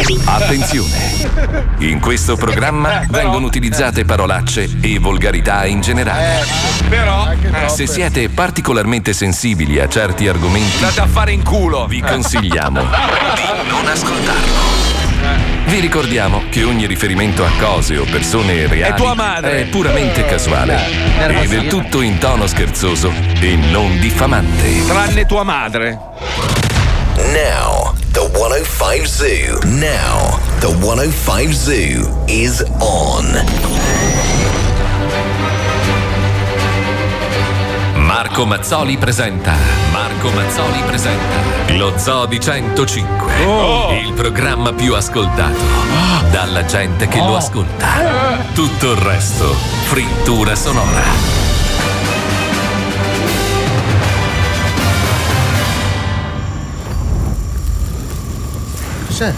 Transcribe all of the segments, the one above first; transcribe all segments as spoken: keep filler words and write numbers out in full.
Attenzione! In questo programma vengono utilizzate parolacce e volgarità in generale. Eh, però Se siete particolarmente sensibili a certi argomenti, andate a fare in culo. Vi consigliamo di non ascoltarlo. Vi ricordiamo che ogni riferimento a cose o persone reali È tua madre. è puramente casuale e del tutto in tono scherzoso e non diffamante. Tranne tua madre. Now, the one oh five Zoo. Now, the one oh five Zoo is on. Marco Mazzoli presenta Marco Mazzoli presenta Lo Zoo di centocinque, Oh. il programma più ascoltato dalla gente che lo ascolta. Tutto il resto, frittura sonora. Cos'è?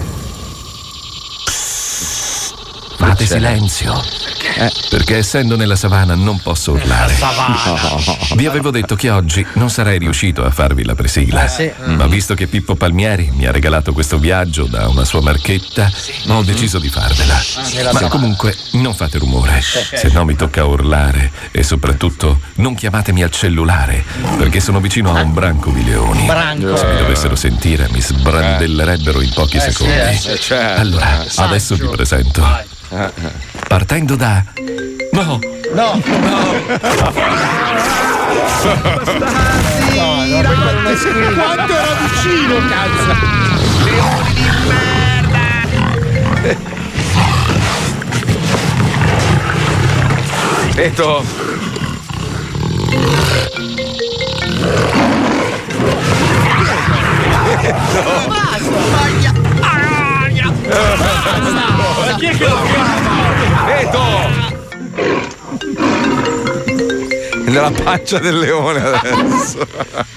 Fate silenzio. Eh, perché essendo nella savana non posso urlare. Vi avevo detto che oggi non sarei riuscito a farvi la presigla. Eh, sì. Ma visto che Pippo Palmieri mi ha regalato questo viaggio da una sua marchetta, ho deciso di farvela. Ma comunque non fate rumore, se no mi tocca urlare. E soprattutto non chiamatemi al cellulare, perché sono vicino a un branco di leoni. Branco. Se mi dovessero sentire mi sbrandellerebbero in pochi secondi. sì, certo. Allora, adesso vi presento. Partendo da... No! No! No, no, questa non è scritto. Quanto era vicino, cazzo! Leoni di merda! Detto. Ma chi è che lo Detto. Nella pancia del leone adesso.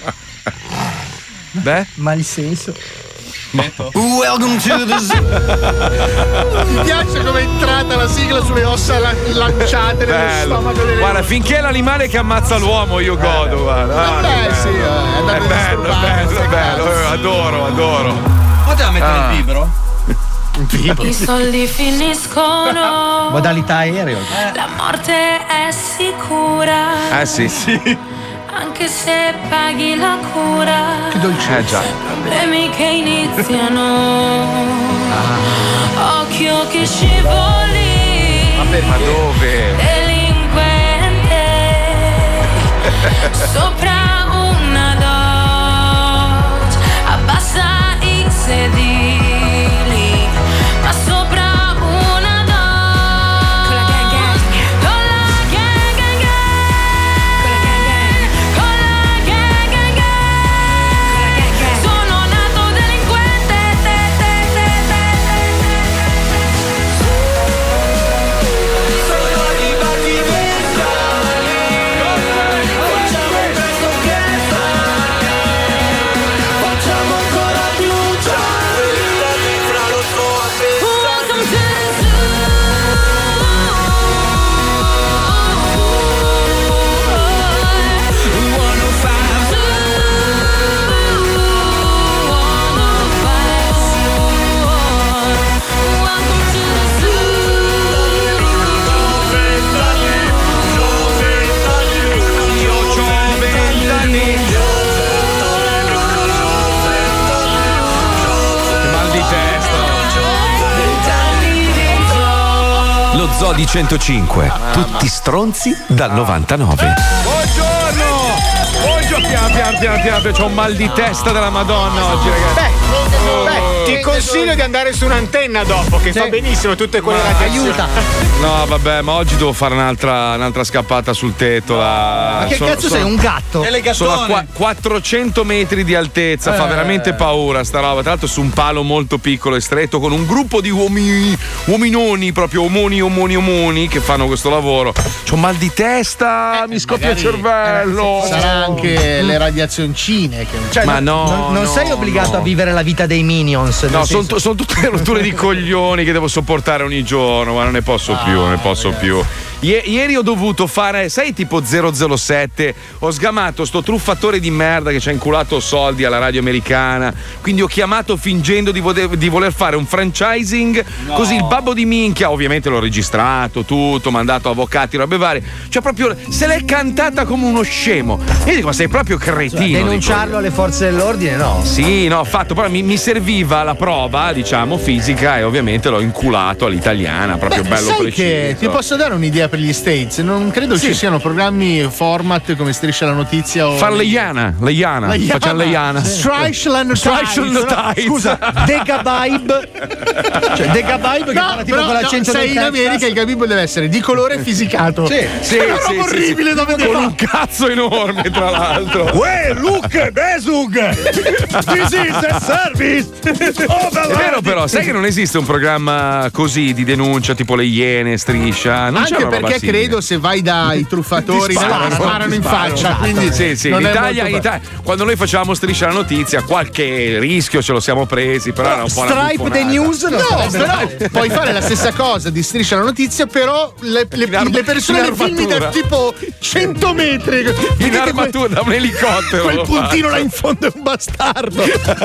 Beh? Ma il senso? Welcome to the zoo. Mi piace come è entrata la sigla sulle ossa lan- lanciate nello Bello. stomaco delle Guarda, finché è l'animale che ammazza l'uomo io godo, guarda. Ah, Beh, che sì, bello. eh, è andato È bello, disturbato, bello, sta bello. cazzo. Eh, adoro, adoro. Poteva mettere Ah. il vibro? I soldi finiscono, Modalità aereo. la morte è sicura, Eh sì, sì. anche se paghi la cura. Che dolce. Eh già. Problemi che iniziano, occhio che scivoli, Ma dove? delinquente, sopra una Dodge, abbassa i sedili, ma sopra una Dodge, con la gang gang, con la gang gang gang, con la gang gang gang, sono nato delinquente, te te te te Sono arrivati vent'anni, facciamo presto che fare, facciamo ancora più gialli, fra lo sto a Welcome to the zoo. Mal di testa. Lo Zoo di centocinque. Tutti stronzi dal novantanove. Buongiorno! Buongiorno! Piano piano piano piano, c'ho un mal di testa della Madonna oggi, ragazzi. Beh, beh, ti consiglio di andare su un'antenna dopo, che fa benissimo tutte quelle radiazioni. Aiuta. No, vabbè, ma oggi devo fare un'altra, un'altra scappata sul tetto. La... Ma che sono- cazzo sono- sei? Un gatto? E le Sono a gattone. qua- quattrocento metri di altezza, fa Eh. veramente paura sta roba. Tra l'altro su un palo molto piccolo e stretto con un gruppo di uomini, uominoni, proprio omoni, omoni, omoni che fanno questo lavoro. C'ho mal di testa, mi scoppia il cervello. Sarà anche le radiazioncine. Che... Cioè, Ma no, non, non no, sei obbligato no. a vivere la vita dei Minions. nel No, sono, senso- tutte le rotture di coglioni che devo sopportare ogni giorno, ma non ne posso più, non ne posso più. I- ieri ho dovuto fare, sai, tipo zero zero sette. Ho sgamato sto truffatore di merda che ci ha inculato soldi alla radio americana. Quindi ho chiamato fingendo di, voler, di voler fare un franchising. No. Così il babbo di minchia, ovviamente l'ho registrato tutto, mandato avvocati, robe varie. Cioè, proprio se l'è cantata come uno scemo. Io dico, ma sei proprio cretino. Denunciarlo alle forze dell'ordine, no? Sì, no, ho fatto, però mi, mi serviva la prova, diciamo, fisica, e ovviamente l'ho inculato all'italiana, proprio Beh, bello sai preciso. Che ti posso dare un'idea per gli States? Non credo Sì. ci siano programmi format come Striscia la Notizia o. Far Leiana, Leiana, Leiana. facciamo Leiana. Striscia la Notizia. Scusa, Degabibe. Cioè, Degabibe che No, parla tipo però, con no, l'accento sei del in Texas. America, il Gabibbo deve essere di colore fisicato. Sì, sì, è una roba sì, sì, orribile sì. da vedere. Con un cazzo enorme, tra l'altro. Uè, Luke Besug! This is a service! È vero, però, sai che non esiste un programma così di denuncia tipo Le Iene, Striscia? Non c'è Anche una roba perché simile. credo se vai dai truffatori Ti sparano, sparano, sparano ti in sparano, faccia. esatto. Quindi Sì, sì, in non è Italia, molto in Italia, quando noi facciamo Striscia la Notizia, qualche rischio ce lo siamo presi, però era un po' una Stripe the buffonata. News non No, sarebbe però male. puoi fare la stessa cosa di Striscia la Notizia, però le, le- In arma- le persone in le filmi da armatura. tipo cento metri. In Vedete armatura da un elicottero. Quel l'ho puntino fatto. là in fondo è un bastardo.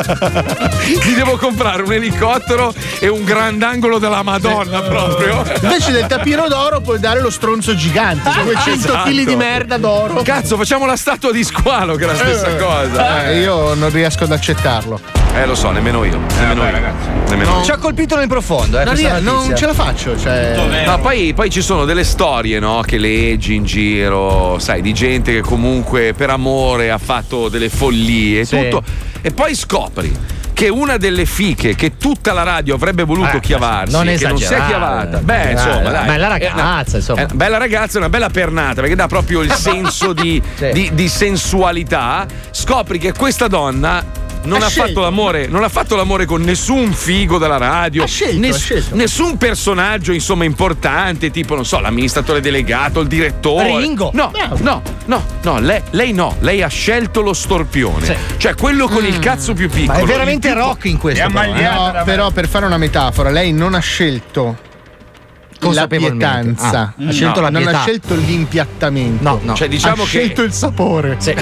Mi devo comprare un elicottero e un grandangolo della Madonna proprio. Invece del tapiro d'oro puoi dare lo stronzo gigante, cioè quei cento Esatto. chili di merda d'oro. Cazzo, facciamo la statua di Squalo, che è la stessa cosa. Eh, io non riesco ad accettarlo. Eh, lo so, nemmeno io. Nemmeno io. Nemmeno io. Ci ha colpito nel profondo, eh, Non, questa ries- non notizia. ce la faccio, cioè. No, poi, poi ci sono delle storie, no? Che leggi in giro, sai, di gente che comunque per amore ha fatto delle follie e Sì. tutto. E poi scopri che una delle fiche che tutta la radio avrebbe voluto Eh, chiavarsi, non che non si è esagerare. chiavata. Beh, Eh, insomma, dai. bella È una- ragazza, insomma. è una bella ragazza, è una bella pernata, perché dà proprio il senso di, Sì. di- di sensualità. Scopri che questa donna non Ha ha, scelto. fatto l'amore, non ha fatto l'amore con nessun figo della radio, Ha scelto, ness- ha scelto. nessun personaggio insomma importante, tipo non so, l'amministratore delegato, il direttore. Ringo. No, Bravo. no, no, no, lei, lei no, lei ha scelto lo storpione, Sì. cioè quello con il cazzo più piccolo. Ma è veramente il più- rock in questo. però, eh. No, però per fare una metafora, lei non ha scelto la Consapevolmente. pietanza, Ah, ha scelto la non pietà. ha scelto l'impiattamento. No, no. Cioè, diciamo ha che scelto il sapore. Sì.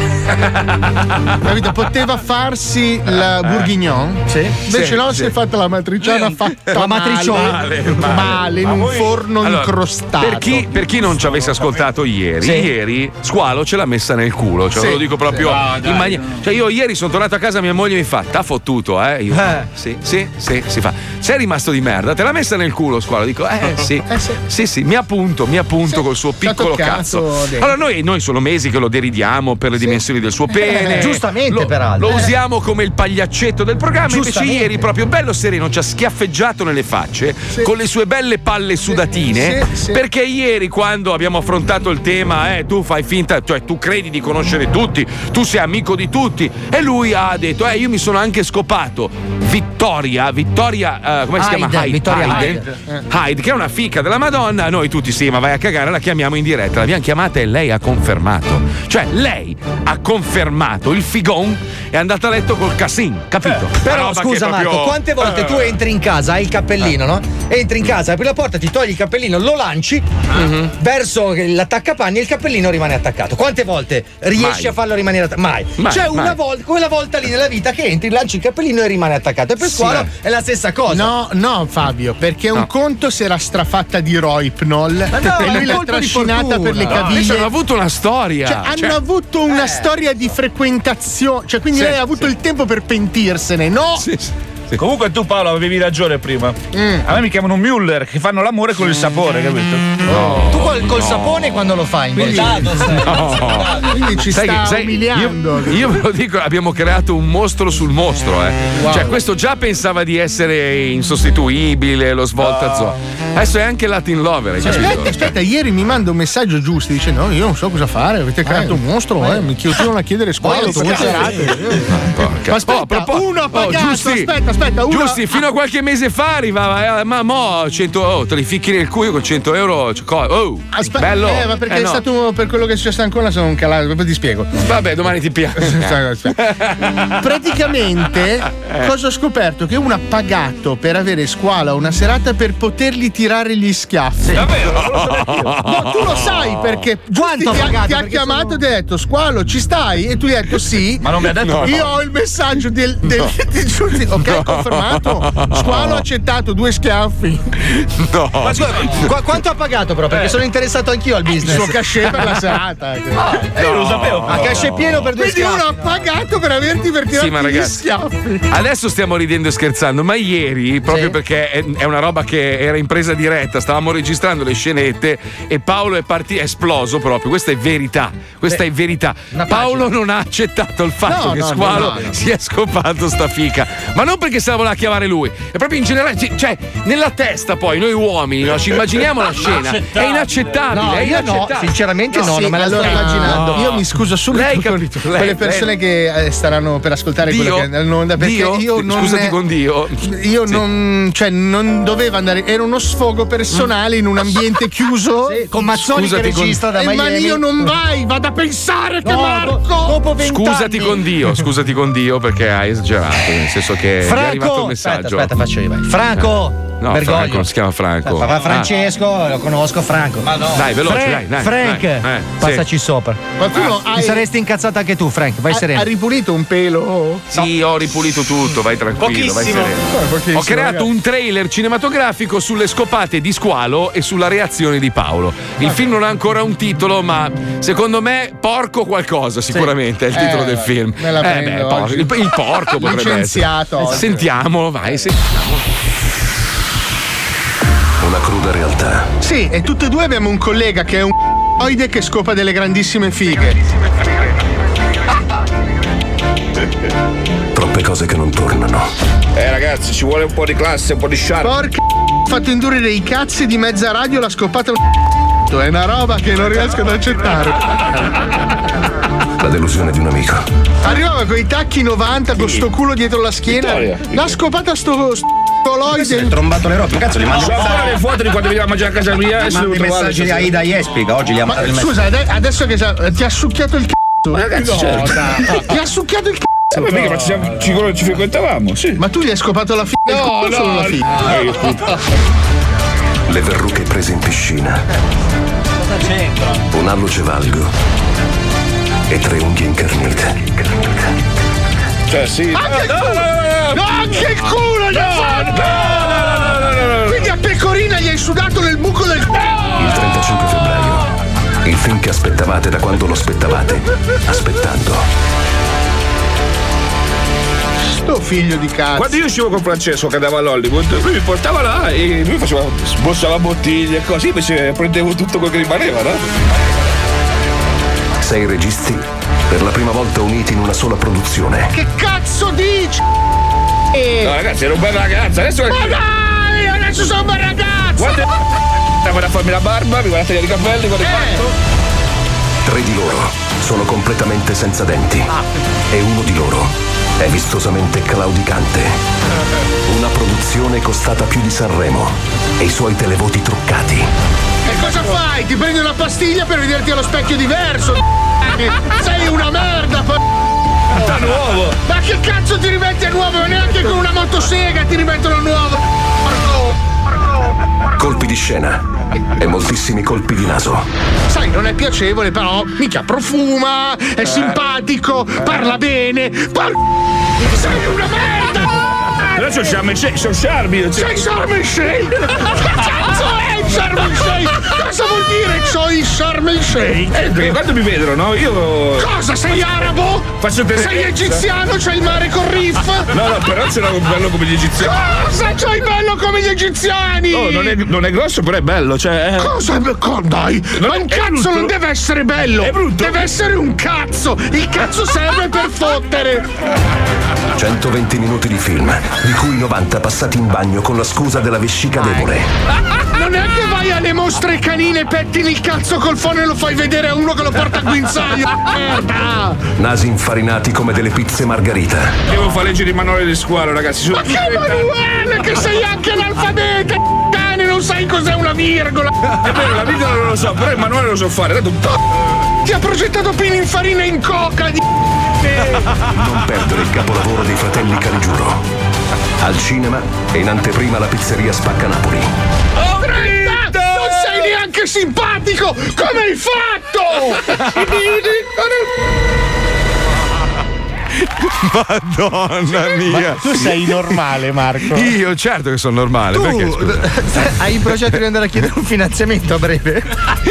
Capito? Poteva farsi la bourguignon, Sì. invece Sì, no, sì. si è fatta la matriciana fatta La matriciana. male, Male, male. male, in un forno Allora, incrostato. Per chi, per chi non ci avesse ascoltato ieri, Sì. ieri Squalo ce l'ha messa nel culo, cioè Sì. ve lo dico proprio in maniera. Cioè, io ieri sono tornato a casa, mia moglie mi fa: t'ha fottuto, eh? Io, Eh. sì, sì, sì, si fa. Sei rimasto di merda, te l'ha messa nel culo, Squalo. Dico, eh sì, Eh, sì. sì, sì, mi appunto, mi appunto col suo T'ha piccolo toccato cazzo. dentro. Allora, noi, noi sono mesi che lo deridiamo per le dimensioni del suo pene. Eh, giustamente, lo, peraltro. Lo usiamo come il pagliaccetto del programma. Invece, Giustamente. ieri, proprio bello sereno, ci ha schiaffeggiato nelle facce con le sue belle palle sudatine. sì, sì. Perché ieri, quando abbiamo affrontato il tema, eh, tu fai finta, cioè tu credi di conoscere tutti, tu sei amico di tutti, e lui ha detto, eh, io mi sono anche scopato Vittoria, Vittoria, eh, come si Hyde, chiama? Hyde, Vittoria Hyde, Hyde, che è una fica della Madonna. Noi tutti, sì, ma vai a cagare, la chiamiamo in diretta. L'abbiamo chiamata e lei ha confermato. Cioè, lei ha confermato il figon, è andata a letto col cassin, capito? Una Però roba scusa che Marco, proprio- quante volte Eh. tu entri in casa, hai il cappellino, no? Entri in casa, apri la porta, ti togli il cappellino, lo lanci Mhm. verso l'attaccapanni e il cappellino rimane attaccato. Quante volte riesci Mai. a farlo rimanere attaccato? Mai. Mai, C'è una mai. volta, quella volta lì nella vita che entri, lanci il cappellino e rimane attaccato. E per Sì. Squalo è la stessa cosa. No, no, Fabio, perché un No. conto si era strafatta di Roipnol no, e è lui un l'ha colpo di trascinata per le fortuna. No, invece caviglie. hanno avuto una storia. Cioè, Cioè, hanno avuto una storia di frequentazione, cioè quindi Sì, lei ha avuto sì. il tempo per pentirsene, no? sì, sì. Comunque tu Paolo avevi ragione prima. Mm. A me mi chiamano Müller che fanno l'amore con il sapore, capito? No, Tu col, col no. sapone quando lo fai invece? No. Quindi ci Sai sta che- sai, umiliando. Io, io ve lo dico, abbiamo creato un mostro sul mostro, eh. Cioè, questo già pensava di essere insostituibile, lo svolta zoo. Adesso è anche Latin Lover, hai capito? Aspetta, aspetta, ieri mi manda un messaggio giusto dicendo: no, io non so cosa fare, avete creato un mostro, eh, mi continuano a chiedere squalo, Poi due lo serate. Porca- Ma aspetta, Oh, a propos- uno ha oh, pagato, Giusti. aspetta, aspetta, aspetta, uno... Giusti, fino a qualche mese fa arrivava, eh, ma mo cento, oh, te li ficchi nel culo con cento euro. Cioè, oh, aspetta, bello. Eh, ma perché eh, è no. stato per quello che è successo ancora, sono un calato, poi ti spiego. Vabbè, domani ti piace. Praticamente, cosa ho scoperto? Che uno ha pagato per avere Squalo una serata per potergli tirare gli schiaffi. Davvero? Non lo sapevo io. No, tu lo sai perché Quanto ti, ha pagato? ti ha Perché chiamato sono- e ti ha detto Squalo ci stai? E tu gli hai detto sì. Ma non mi ha detto No. Io ho il messaggio del, del, di Giusti. Ok, confermato. Squalo ha accettato due schiaffi. No. Ma scusa, qu- quanto ha pagato però? Perché sono interessato anch'io al Il business. suo cachet per la serata. Eh, io lo sapevo. A cachet pieno per due Quindi uno schiaffi. ha pagato per averti per tirarti ma gli ragazzi, schiaffi. Adesso stiamo ridendo e scherzando, ma ieri, proprio Sì. perché è, è una roba che era in presa diretta, stavamo registrando le scenette e Paolo è partito, è esploso proprio. Questa è verità. Questa Sì. è verità. Una Paolo non ha accettato il fatto No, che no, Squalo no, no, no. si è scopato sta fica. Ma non perché se la voleva chiamare lui, è proprio in generale. ci- Cioè, nella testa poi, noi uomini, no, ci immaginiamo la scena. È inaccettabile, No, è io no, inaccettabile. sinceramente no, Sì, non me la allora sto immaginando. No. io mi scuso subito Lei con, capito, con lei- le persone lei- che eh, staranno per ascoltare Dio? quello che è in onda perché Dio? io non Scusati con Dio. io Sì. non cioè non dovevo andare, era uno sfogo personale in un ambiente chiuso. Sì, con Mazzoni Scusati che con- registra da Eh, ma Miami. io non vai, vado a pensare che No, Marco do- dopo vent'anni. Scusati con Dio, scusati con Dio perché hai esagerato, nel senso che mi è arrivato Franco, il messaggio. aspetta, aspetta, faccio io. vai. Franco, No, Bergoglio. Franco, non si chiama Franco. Fa- fa Ah, Francesco, lo conosco, Franco. Ma no. dai, veloce, Frank, dai, dai. Frank, dai, eh, passaci sopra. qualcuno Ti ha, saresti incazzato anche tu, Frank, vai ha, sereno. ha ripulito un pelo. sì. Sì, ho ripulito tutto, vai tranquillo, vai Pochissimo. sereno. Ho creato un trailer cinematografico sulle scopate di Squalo e sulla reazione di Paolo. Il film non ha ancora un titolo, ma secondo me porco qualcosa, sicuramente è il titolo Eh, del film. me la eh prendo beh, por- oggi. il, il porco potrebbe essere. Licenziato oggi. Sentiamolo, vai, sentiamo. Una cruda realtà. Sì, e tutti e due abbiamo un collega che è un oide che scopa delle grandissime fighe. Troppe cose che non tornano. Eh ragazzi, ci vuole un po' di classe, un po' di sciarp. Porca ho fatto indurire i cazzi di mezza radio, l'ha scopata un è una roba che non riesco ad accettare. La delusione di un amico. Arrivava con i tacchi novanta con sto culo dietro la schiena. Vittoria. L'ha scopata sto sto loide. Trombato le rotte, cazzo, li mando C'ho ancora le foto di quando veniva a mangiare a casa mia e se mandi i devo trovare. messaggi di Aida Jespica, oggi li ha Ma mandati il messaggio. scusa, ade- adesso che sa- ti ha succhiato il c***o. Ma ragazzi, certo. Ti ha succhiato il c***o. Eh, ma mica, ma ci, siamo, ci, ci frequentavamo, sì. Ma tu gli hai scopato la figa No, o solo no, la figa? Eh, io puto. Le verruche prese in piscina. Cosa c'entra? Un alluce valgo. E tre unghie incarnite. Cioè, sì. Anche il culo! No, anche il culo gli ha fatto! Quindi a Pecorina gli hai sudato nel buco del c***o! Il trentacinque febbraio. Il film che aspettavate da quando lo aspettavate. Aspettando. Sto figlio di cazzo. Quando io uscivo con Francesco che andava all'Hollywood, lui mi portava là e lui faceva sborsava bottiglie e così, invece prendevo tutto quello che rimaneva, no? Sei registi per la prima volta uniti in una sola produzione. Che cazzo dici? No, ragazzi, ero un bel ragazzo, adesso. Ma dai, adesso sono un bel ragazzo! Quando andavo a farmi la barba, mi guarda a tagliare i capelli, quando Eh. fatto. Tre di loro sono completamente senza denti. E uno di loro è vistosamente claudicante. Una produzione costata più di Sanremo e i suoi televoti truccati. E cosa fai? Ti prendi una pastiglia per vederti allo specchio diverso? Sei una merda! p- Da nuovo! Ma che cazzo ti rimetti a nuovo? Ma neanche con una motosega ti rimettono a nuovo! Porco! Colpi di scena e moltissimi colpi di naso. Sai, non è piacevole, però mica profuma, è simpatico, parla bene. Por... Sei una merda! Però c'ho Sharm el Sheikh, c'ho Sharm io. Sei Sharm el Sheikh! Che cazzo è il Sharm el Sheikh? Cosa vuol dire c'ho il Sharm el Sheikh? Eh, perché quando mi vedono, no? Io. Cosa, sei arabo? Faccio te- Sei egiziano, c'hai il mare con Riff? No, no, però ce l'ho bello come gli egiziani. Cosa c'hai bello come gli egiziani? Oh, non è, non è grosso, però è bello, cioè. eh. Cosa? Co- Dai, Non ma è- un è cazzo brutto. non deve essere bello! È brutto. Deve essere un cazzo! Il cazzo serve per fottere! centoventi minuti di film, di cui novanta passati in bagno con la scusa della vescica debole. Non è che vai alle mostre canine, pettini il cazzo col fono e lo fai vedere a uno che lo porta a guinzaglio. Merda! Nasi infarinati come delle pizze margarita. Devo fare leggere i manuali di scuola, ragazzi. Ma che Emanuele, che sei anche analfabeta, cane, non sai cos'è una virgola. È vero, la virgola non lo so, però il manuale lo so fare. Ti ha progettato Pininfarina in coca di Non perdere il capolavoro dei fratelli Caligiuro. Al cinema e in anteprima la pizzeria Spacca Napoli. Oh, Brenda, non sei neanche simpatico! Come hai fatto? Madonna mia. Ma tu sei normale, Marco? Io certo che sono normale. Tu perché, scusa? hai in progetto di andare a chiedere un finanziamento a breve?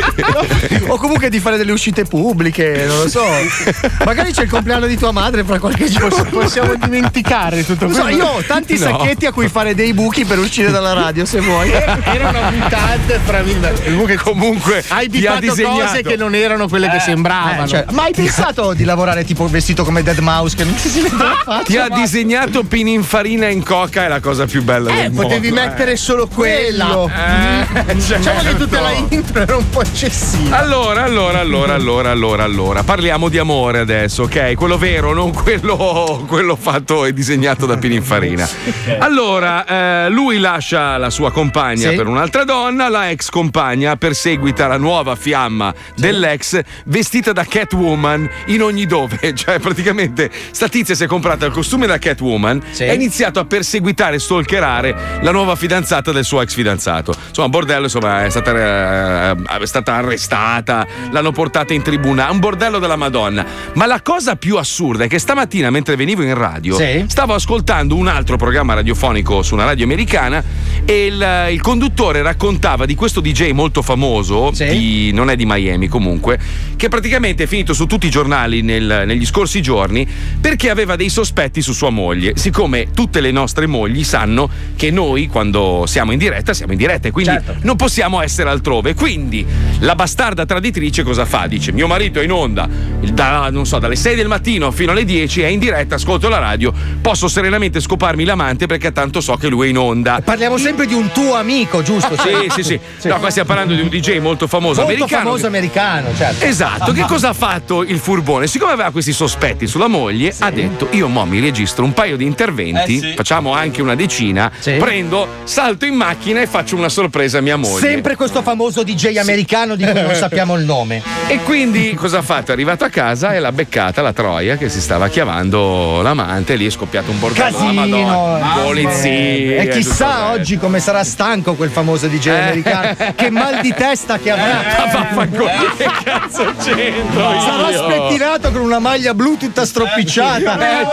O comunque di fare delle uscite pubbliche, non lo so. Magari c'è il compleanno di tua madre fra qualche giorno. Possiamo dimenticare tutto questo. questo. So, io ho tanti No. sacchetti a cui fare dei buchi per uscire dalla radio, se vuoi. Era una mutante fra comunque hai ti ha bipato disegnato. cose che non erano quelle che Eh, sembravano. eh, cioè, ma hai pensato di lavorare tipo vestito come Dead Mouse che non si si vede la faccia? Ti ha disegnato Pininfarina in coca, è la cosa più bella Eh, del potevi mondo. mettere solo quello. Eh, Diciamo che tutta la intro era un po' eccessiva. Allora, allora, allora, allora, allora, allora. Parliamo di amore adesso, ok? Quello vero, non quello, quello fatto e disegnato da Pininfarina. Allora, eh, lui lascia la sua compagna Sì. per un'altra donna, la ex compagna perseguita la nuova fiamma dell'ex vestita da Catwoman in ogni dove. Cioè, praticamente, sta tizia si è comprata il costume da Catwoman Sì. e ha iniziato a perseguitare e stalkerare la nuova fidanzata del suo ex fidanzato. Insomma, bordello, insomma, è stata, eh, è stata arrestata, l'hanno portata in tribunale, un bordello della Madonna. Ma la cosa più assurda è che stamattina, mentre venivo in radio, Sì. stavo ascoltando un altro programma radiofonico su una radio americana e il, il conduttore raccontava di questo D J molto famoso, Sì. di- non è di Miami comunque, che praticamente è finito su tutti i giornali nel- negli scorsi giorni perché aveva dei sospetti su sua moglie. Siccome tutte le nostre mogli sanno che noi quando siamo in diretta siamo in diretta e quindi Certo. non possiamo essere altrove. Quindi la bastarda traditrice cosa fa? Dice: mio marito è in onda da, non so, dalle sei del mattino fino alle dieci, è in diretta, ascolto la radio, posso serenamente scoparmi l'amante perché tanto so che lui è in onda. Parliamo sempre di un tuo amico, giusto? Sì, sì, sì. No, qua stiamo parlando di un D J molto famoso Molto americano. famoso americano, certo. Esatto, che cosa ha fatto il furbone? Siccome aveva questi sospetti sulla moglie, ha detto: io mo mi registro un paio di interventi, Eh sì. facciamo anche una decina, Sì. prendo, salto in macchina e faccio una sorpresa a mia moglie. Sempre questo famoso D J americano di cui non sappiamo il nome. E quindi cosa ha fatto? È arrivato a casa e l'ha beccata la troia che si stava chiavando l'amante, lì è scoppiato un bordello. Casino. La Madonna. Mamma Polizia. E tutto chissà il resto. oggi come sarà stanco quel famoso D J Eh. americano. Che mal di testa che avrà. Ah, vaffanculo, che cazzo c'entro? Sarà io? spettinato con una maglia blu tutta stropicciata. Eh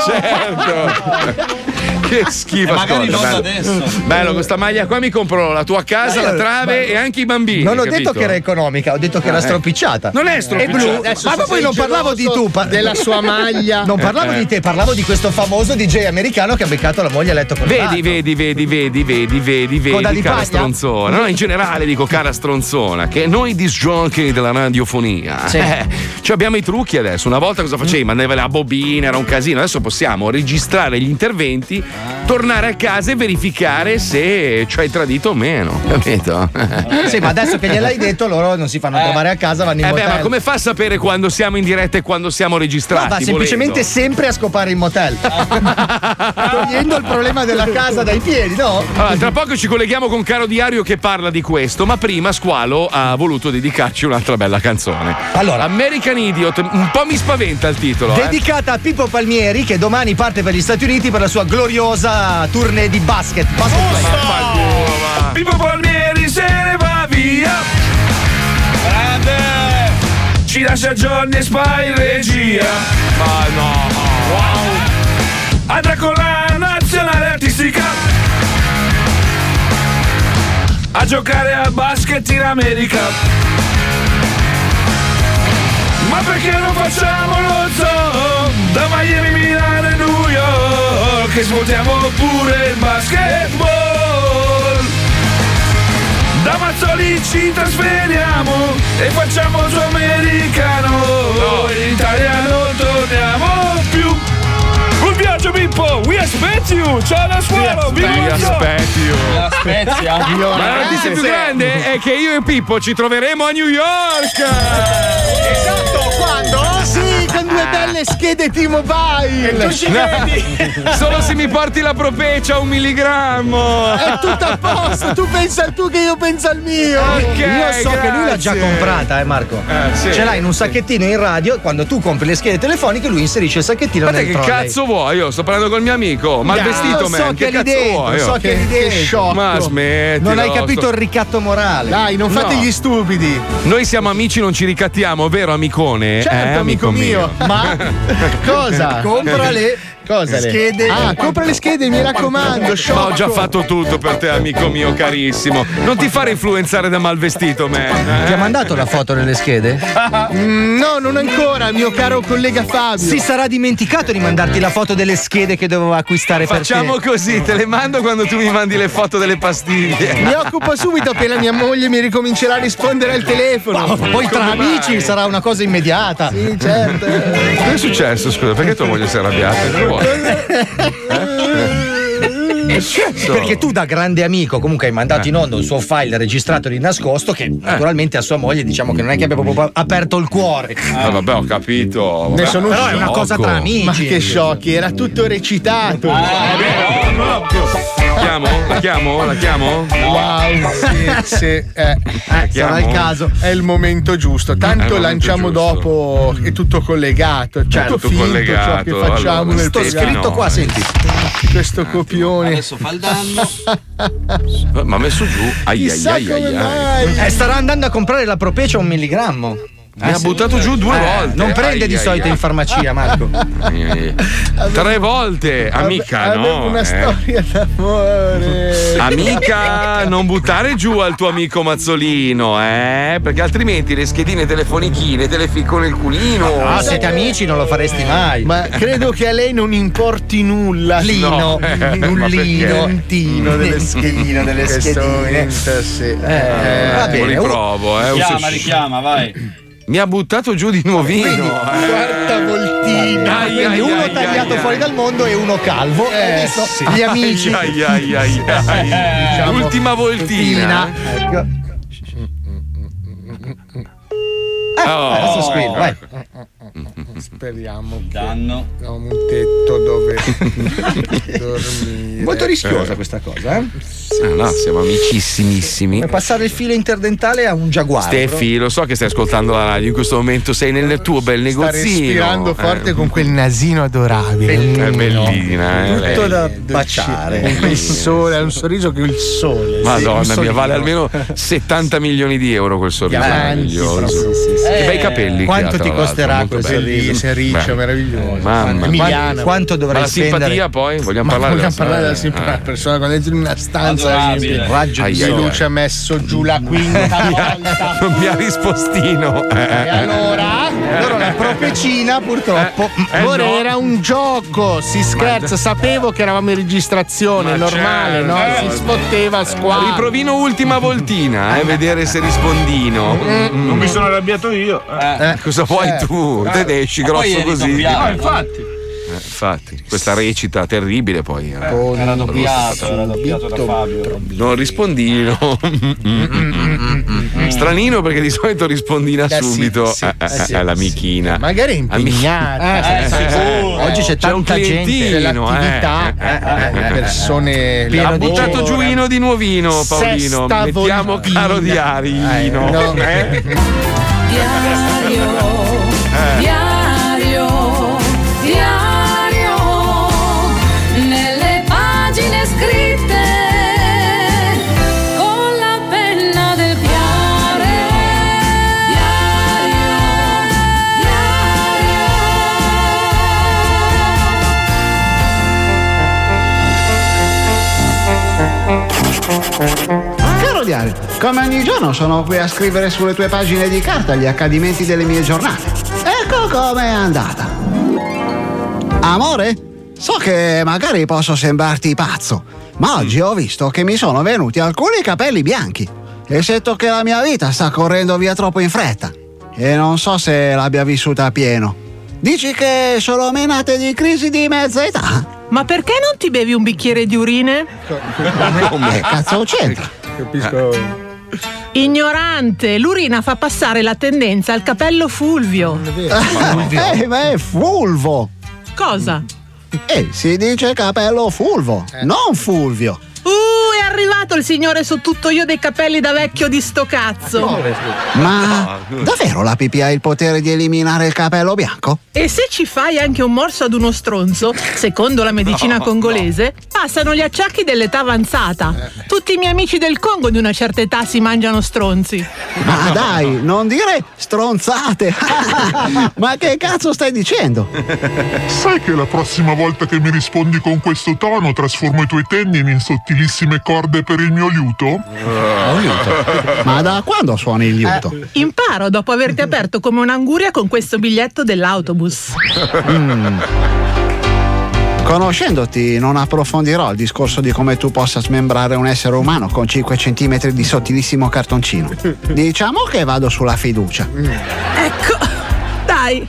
certo. Che schifo. E magari ascolta, non bello. adesso. Bello, questa maglia qua mi compro la tua casa, la trave e anche i bambini. Non ho capito? detto che era economica, ho detto che era Eh. stropicciata. Non è E stropicciata. blu. Adesso Ma se poi sei non parlavo di geloso tu, pa- della sua maglia. Non parlavo Eh. di te, parlavo di questo famoso D J americano che ha beccato la moglie a letto con Vedi, vedi, vedi, vedi, vedi, vedi, Coda vedi, di cara paglia? stronzona. No, in generale dico cara stronzona, che noi disjockey della radiofonia, Sì. eh, cioè abbiamo i trucchi adesso. Una volta cosa facevi? Mandavi la bobina, era un casino. Adesso possiamo registrare gli interventi, tornare a casa e verificare se ci hai tradito o meno, capito? Sì, ma adesso che gliel'hai detto, loro non si fanno trovare a casa, vanno in Eh beh, motel. ma come fa a sapere quando siamo in diretta e quando siamo registrati? No, va semplicemente volendo? sempre a scopare in motel. Togliendo il problema della casa dai piedi, no? Allora, tra poco ci colleghiamo con Caro Diario che parla di questo, ma prima Squalo ha voluto dedicarci un'altra bella canzone. Allora. American Idiot, un po' mi spaventa il titolo. eh. Dedicata a Pippo Palmieri che domani parte per gli Stati Uniti per la sua gloriosa tournée di basket. basket play. Pippo Palmieri se ne va via. Ci lascia Johnny e Spy in regia. Ma no. Andrà con la nazionale artistica a giocare a basket in America. Ma perché non facciamo lo zoo da Miami, Milano e New York, che smontiamo pure il basketball. Da Mazzoli ci trasferiamo e facciamo il suo americano. In Italia non torniamo più. Un viaggio Sergio Pippo, we expect you. Ciao da suolo, Vi aspetti io. La Spezia. Ma la notizia più grande è che io e Pippo ci troveremo a New York. Esatto, quando? Sì, con due belle schede T-Mobile. Tu ci credi? Solo se mi porti la propecia un milligrammo. È tutto a posto, tu pensa al tuo che io penso al mio. Ok, io so grazie. che lui l'ha già comprata, eh Marco. Eh, sì. Ce l'hai in un sacchettino in radio e quando tu compri le schede telefoniche lui inserisce il sacchettino Ma te nel che trolley. cazzo vuoi? Io sto parlando col mio amico. Ma il No, vestito, so man. che Che è lì cazzo dentro, vuoi? so oh? che è lì dentro. sciocco. Ma smetti. Non hai capito il ricatto morale. Dai, non fate No. gli stupidi. Noi siamo amici, non ci ricattiamo, vero amicone? Certo, eh, amico mio. Ma cosa? Compra le Cosa le schede. Ah, compra le schede, mi raccomando, Ma sciocco. ho già fatto tutto per te, amico mio carissimo. Non ti fare influenzare da malvestito, man. Ti ha mandato la foto delle schede? Mm, no, non ancora, mio caro collega Fabio. Si sarà dimenticato di mandarti la foto delle schede che doveva acquistare per Facciamo te. così, te le mando quando tu mi mandi le foto delle pastiglie. Mi occupo subito appena mia moglie mi ricomincerà a rispondere al telefono. Poi tra Come amici mai? sarà una cosa immediata. Sì, certo. Che è successo, scusa? Perché tua moglie si è arrabbiata? Che vuoi? Perché tu da grande amico comunque hai mandato in onda un suo file registrato di nascosto che naturalmente a sua moglie diciamo che non è che abbia proprio aperto il cuore. Ah, vabbè, ho capito. Ne Vabbè. sono Però è una sciocco. cosa tra amici. Ma che sciocchi, era tutto recitato. La chiamo? La chiamo? La chiamo? Wow, sì, sì. Eh, La eh, sarà il chiamo? caso. È il momento giusto. È il Tanto momento lanciamo giusto. dopo. È tutto collegato. È tutto Certo, finto collegato. ciò che facciamo Allora, nel sto programma. Scritto qua, senti. Questo copione. Adesso fa il danno. Ma ha messo giù. Ai ai Chissà ai ai come ai. mai. Eh, starà andando a comprare la propecia a un milligrammo. Mi ha buttato giù due Eh, volte. non prende Ai, di ai, solito ai. in farmacia, Marco. Ai, ai, ai. Tre volte, amica, Avevo no? una eh. storia d'amore. Amica, non buttare giù al tuo amico Mazzolino, eh? Perché altrimenti le schedine telefonichine te le ficco nel culino. Ah, siete amici, non lo faresti mai. Ma credo che a lei non importi nulla. Lino, No, eh, un ma lino. perché? Tino delle schedine, delle In questo schedine. momento, sì. Eh, Eh, va Lo bene. un- riprovo, eh. un Richiama, se- richiama, vai. Mi ha buttato giù di nuovino. Quindi, eh. quarta voltina. Ai, Quindi ai, uno ai, tagliato ai, fuori ai. dal mondo e uno calvo. Eh, Hai visto? sì. Gli amici. Ai, ai, ai, ai. Diciamo- Ultima voltina. Ecco. Eh, Oh, adesso squillo, vai. Speriamo che Danno. ho un tetto dove dormire. Molto rischiosa questa cosa, eh? Ah, no, siamo amicissimissimi. Come passare il filo interdentale a un giaguaro. Steffi, lo so che stai ascoltando la radio in questo momento, sei nel tuo bel Sta negozino. respirando forte Eh, con quel nasino adorabile. È bellina, eh, Tutto lei. da baciare. Il sole, ha un sorriso che il sole. Madonna Sì, un mia, vale solino. almeno settanta milioni di euro quel sorriso Grandi, meraviglioso. proprio. Sì, sì. Che bei Eh, capelli. quanto che ha, ti tra l'altro, costerà molto quel belli. sorriso? Bellissimo, riccio, Beh. meraviglioso. Mamma mia. Emiliano. Quanto Ma dovrei la simpatia spendere? poi? Vogliamo Ma parlare vogliamo della parlare della simpatia? simpatia persona quando entri in una stanza Adorabile. Raggio Ai, di ai, di ai. luce ha messo giù la quinta volta. Non mi ha rispostino. E allora? Allora la propecina purtroppo. Eh, Ora no. era un gioco, si scherza, sapevo che eravamo in registrazione, Ma normale, certo. no? Si sfotteva a squadra. Riprovino ultima voltina, eh, vedere se rispondino. Non mi sono arrabbiato io. Eh, cosa vuoi tu? Te ne esci Ma poi grosso eri così. doppiato. Eh, Infatti. infatti, questa recita terribile poi. eh. Era doppiato, era doppiato da Fabio. Non rispondino. Stranino perché di solito rispondina Eh, sì, subito sì, eh, eh, sì, eh, all'amichina. Magari è impegnata. Eh, sicuro. Oggi c'è C'è un tanta gente. clientino, L'attività, eh, eh, eh, persone Pieno Ha di buttato gente. giuino di nuovino, Paolino. Sesta Mettiamo voltina. caro diarino. Eh, no. Eh? Diario, diario, diario, nelle pagine scritte con la penna del cuore. Diario, Caro diario, come ogni giorno sono qui a scrivere sulle tue pagine di carta gli accadimenti delle mie giornate. Ecco com'è andata. Amore, so che magari posso sembrarti pazzo, ma oggi ho visto che mi sono venuti alcuni capelli bianchi e sento che la mia vita sta correndo via troppo in fretta e non so se l'abbia vissuta a pieno. Dici che sono menate di crisi di mezza età? Ma perché non ti bevi un bicchiere di urine? Come cazzo c'entra? Capisco. Ignorante, l'urina fa passare la tendenza al capello fulvio. Eh, ma è fulvo. Cosa? Eh, si dice capello fulvo, non fulvio. Uh, è arrivato il signore su tutto io dei capelli da vecchio di sto cazzo. Ma davvero la pipì ha il potere di eliminare il capello bianco? E se ci fai anche un morso ad uno stronzo, secondo la medicina No, congolese, passano gli acciacchi dell'età avanzata. Tutti i miei amici del Congo di una certa età si mangiano stronzi. Ma dai, non dire stronzate. Ma che cazzo stai dicendo? Sai che la prossima volta che mi rispondi con questo tono trasformo i tuoi tendini in sottilissime corde per il mio liuto? Ma da quando suoni il liuto? Imparo dopo averti aperto come un'anguria con questo biglietto dell'autobus. Mm. Conoscendoti non approfondirò il discorso di come tu possa smembrare un essere umano con cinque centimetri di sottilissimo cartoncino. Diciamo che vado sulla fiducia. Ecco, dai.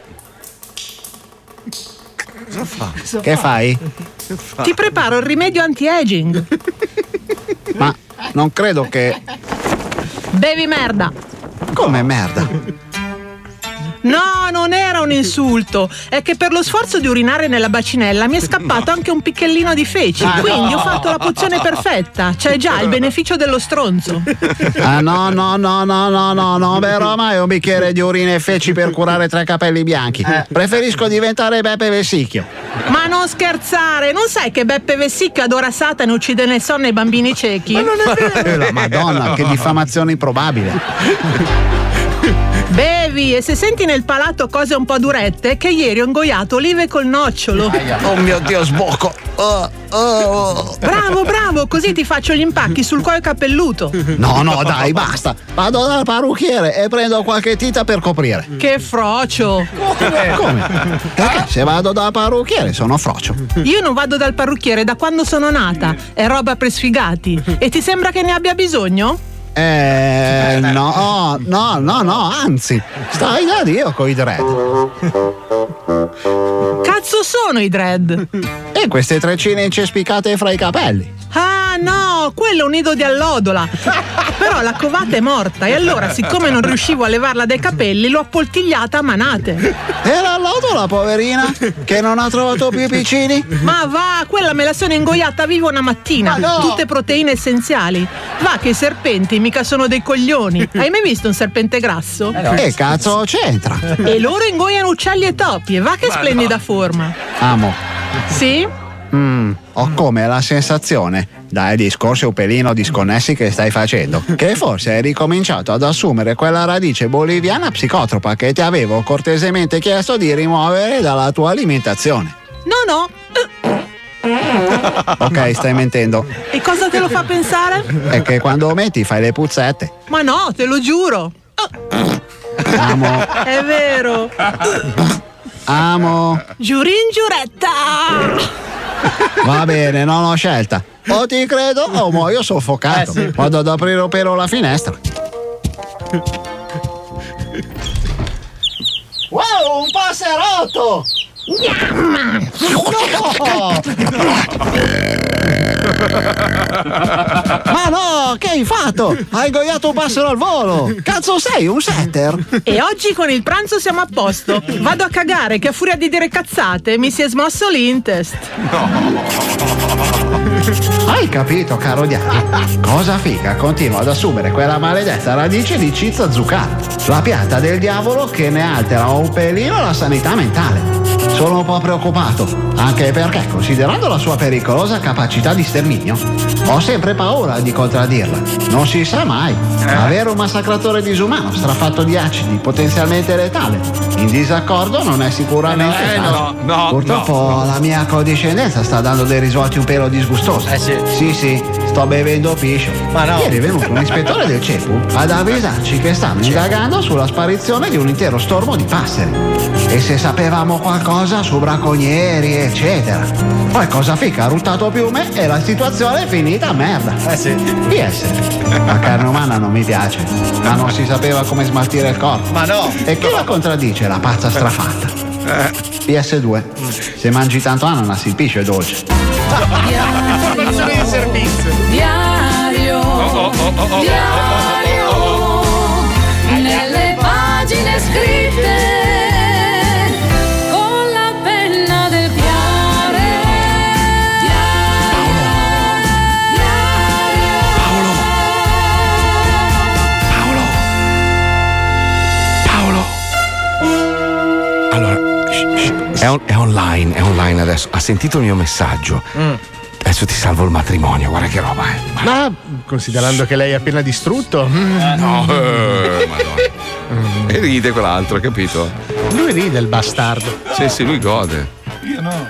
Cosa fa? Che fai? Ti preparo il rimedio anti-aging. Ma non credo che... Bevi merda. Come merda? No, non era un insulto. È che per lo sforzo di urinare nella bacinella mi è scappato anche un picchellino di feci. Ah, Quindi no. ho fatto la pozione perfetta. C'è già il beneficio dello stronzo. Ah no, no, no, no, no, no, non berrò mai un bicchiere di urine e feci per curare tre capelli bianchi. Preferisco diventare Beppe Vessicchio. Ma non scherzare, non sai che Beppe Vessicchio adora Satana e uccide nel sonno i bambini ciechi? Ma non è Eh, la Madonna, che diffamazione improbabile. Bevi e se senti nel palato cose un po' durette, che ieri ho ingoiato olive col nocciolo. Oh mio Dio, sbocco. Oh, oh. Bravo, bravo, così ti faccio gli impacchi sul cuoio capelluto. No, no, dai, basta. Vado dal parrucchiere e prendo qualche tita per coprire. Che frocio. Come? Perché se vado dal parrucchiere sono frocio. Io non vado dal parrucchiere da quando sono nata. È roba per sfigati. E ti sembra che ne abbia bisogno? Eh, no, no, no, no, anzi, stai da Dio coi dread. Cazzo sono i dread? E queste treccine incespicate fra i capelli. Ah no, quello è un nido di allodola. Però la covata è morta e allora, siccome non riuscivo a levarla dai capelli, l'ho appoltigliata a manate. E l'allodola, poverina, che non ha trovato più i piccini? Ma va, quella me la sono ingoiata viva una mattina. Ma no! Tutte proteine essenziali. Va che i serpenti mica sono dei coglioni. Hai mai visto un serpente grasso? Eh no. Che cazzo c'entra? E loro ingoiano uccelli e topi. E va che Ma splendida no. forma. Amo. Sì? Mm, ho come la sensazione, dai discorsi un pelino disconnessi che stai facendo, che forse hai ricominciato ad assumere quella radice boliviana psicotropa che ti avevo cortesemente chiesto di rimuovere dalla tua alimentazione. No, no. Ok, stai mentendo. E cosa te lo fa pensare? È che quando metti fai le puzzette. Ma no, te lo giuro. Amo. È vero. Amo. Giurin giuretta. Va bene, non ho scelta. O ti credo o muoio soffocato. Eh, sì. Vado ad aprire però la finestra. Wow, un passerotto! No! Ma no, che hai fatto? Hai ingoiato un passero al volo! Cazzo sei, un setter? E oggi con il pranzo siamo a posto. Vado a cagare che a furia di dire cazzate mi si è smosso l'intest. Hai capito, caro Diani? Cosa figa continua ad assumere quella maledetta radice di cizza zucchara, la pianta del diavolo che ne altera un pelino la sanità mentale. Sono un po' preoccupato, anche perché, considerando la sua pericolosa capacità di sterminio, ho sempre paura di contraddirla. Non si sa mai. Avere un massacratore disumano strafatto di acidi, potenzialmente letale, in disaccordo non è sicuramente Eh, no, caso. no, Purtroppo no, no. la mia accondiscendenza sta dando dei risvolti un pelo disgustosi. Eh sì. Sì, sì, sto bevendo piscio. Ma no. Ieri è venuto un ispettore del CEPU ad avvisarci che stanno indagando sulla sparizione di un intero stormo di passeri. E se sapevamo qualcosa su bracconieri, eccetera. Poi cosa fica, ha ruttato piume e la situazione è finita a merda. Eh sì. P S. La carne umana non mi piace, ma non si sapeva come smaltire il corpo. Ma no. E chi la contraddice, la pazza strafatta? Eh. P S due. Se mangi tanto ananas il piscio è dolce. Informazioni di servizio. Diario, oh, oh, oh, oh, diario, nelle pagine scritte con la penna del piare. Paolo. Allora, è, on- è online, è online adesso. Ha sentito il mio messaggio. Mm. Adesso ti salvo il matrimonio, guarda che roba è. Ma considerando che lei è appena distrutto. No, eh, madonna. E ride quell'altro, capito? Lui ride il bastardo. Sì, sì, lui gode. Io no.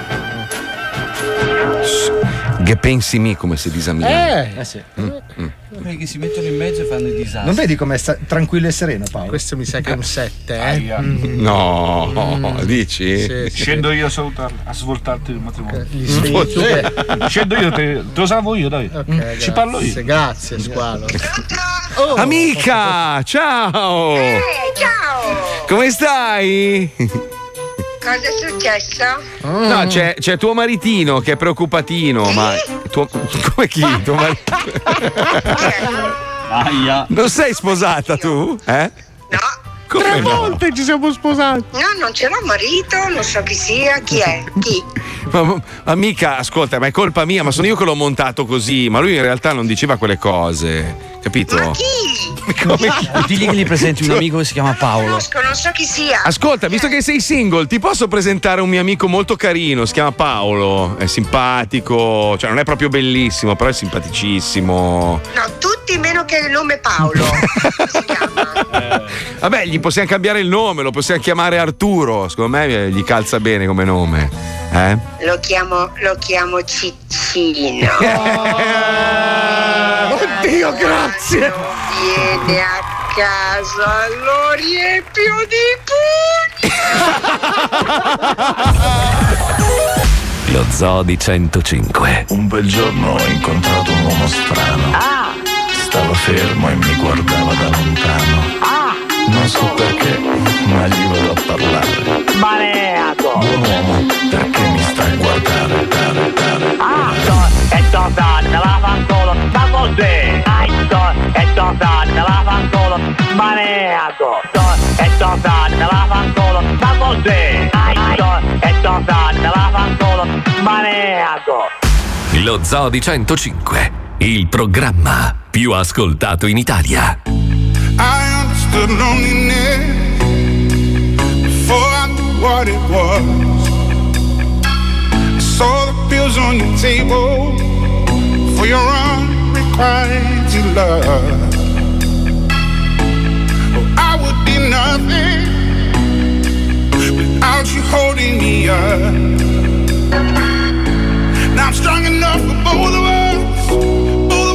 Che pensi me come si disamina? Eh, sì. Mm, mm. Perché si mettono in mezzo e fanno i disastri. Non vedi com'è sta- tranquillo e sereno, Paolo? Questo mi sa che è un sette, eh? Mm. No, dici? Sì, sì. Scendo io a salutarlo, a svoltarti il matrimonio. Gli svegli tu che- Scendo io, te, te lo salvo io, dai. Ok, Ci grazie, parlo io. Grazie, squalo. Oh, amica, ciao! Eh, ciao! Come stai? Cosa è successo? No, c'è, c'è tuo maritino che è preoccupatino, ma. Tuo, come chi? Tuo maritino? Aia. Non sei sposata tu? Eh? No. Come Tre no? volte ci siamo sposati. No, non ce l'ho marito, non so chi sia, chi è, chi? Ma, ma- amica, ascolta, ma è colpa mia, ma sono io che l'ho montato così, ma lui in realtà non diceva quelle cose, capito? Ma chi? Come? Digli che gli presenti un amico che si chiama Paolo. Conosco, non so chi sia. Ascolta, visto che sei single, ti posso presentare un mio amico molto carino, si chiama Paolo, è simpatico, cioè non è proprio bellissimo, però è simpaticissimo. No, tutti meno che il nome Paolo. Vabbè, gli possiamo cambiare il nome, lo possiamo chiamare Arturo, secondo me gli calza bene come nome. Eh? Lo chiamo, lo chiamo Ciccino. Oddio, grazie. Viene a casa, lo riempio di pugni. Lo Zoo di centocinque. Un bel giorno ho incontrato un uomo strano. Ah. Stava fermo e mi guardava da lontano. Ah. Non so perché, ma gli vado a parlare. Maneato. Buon uomo, perché mi stai a guardare, dare, dare. Ah, e tornare, me la fa solo, ma così. Ah, e tornare, me la fa solo, maneato. E tornare, me la fa solo, ma così. Ah, e tornare, me la fa solo, maneato. Lo Zoo di centocinque, il programma più ascoltato in Italia. I understood loneliness before I knew what it was. I saw the pills on your table for your unrequited love. Oh, I would be nothing without you holding me up. Now I'm strong enough for both of us.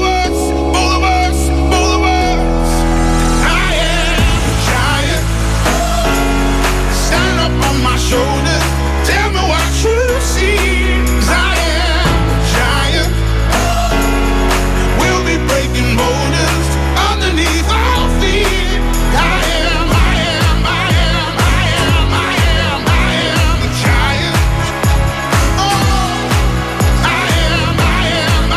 Shoulders, tell me what you see. 'Cause I am a giant. We'll be breaking boulders underneath our feet. I am, I am, I am, I am, I am, I am a giant. Oh, I am, I am,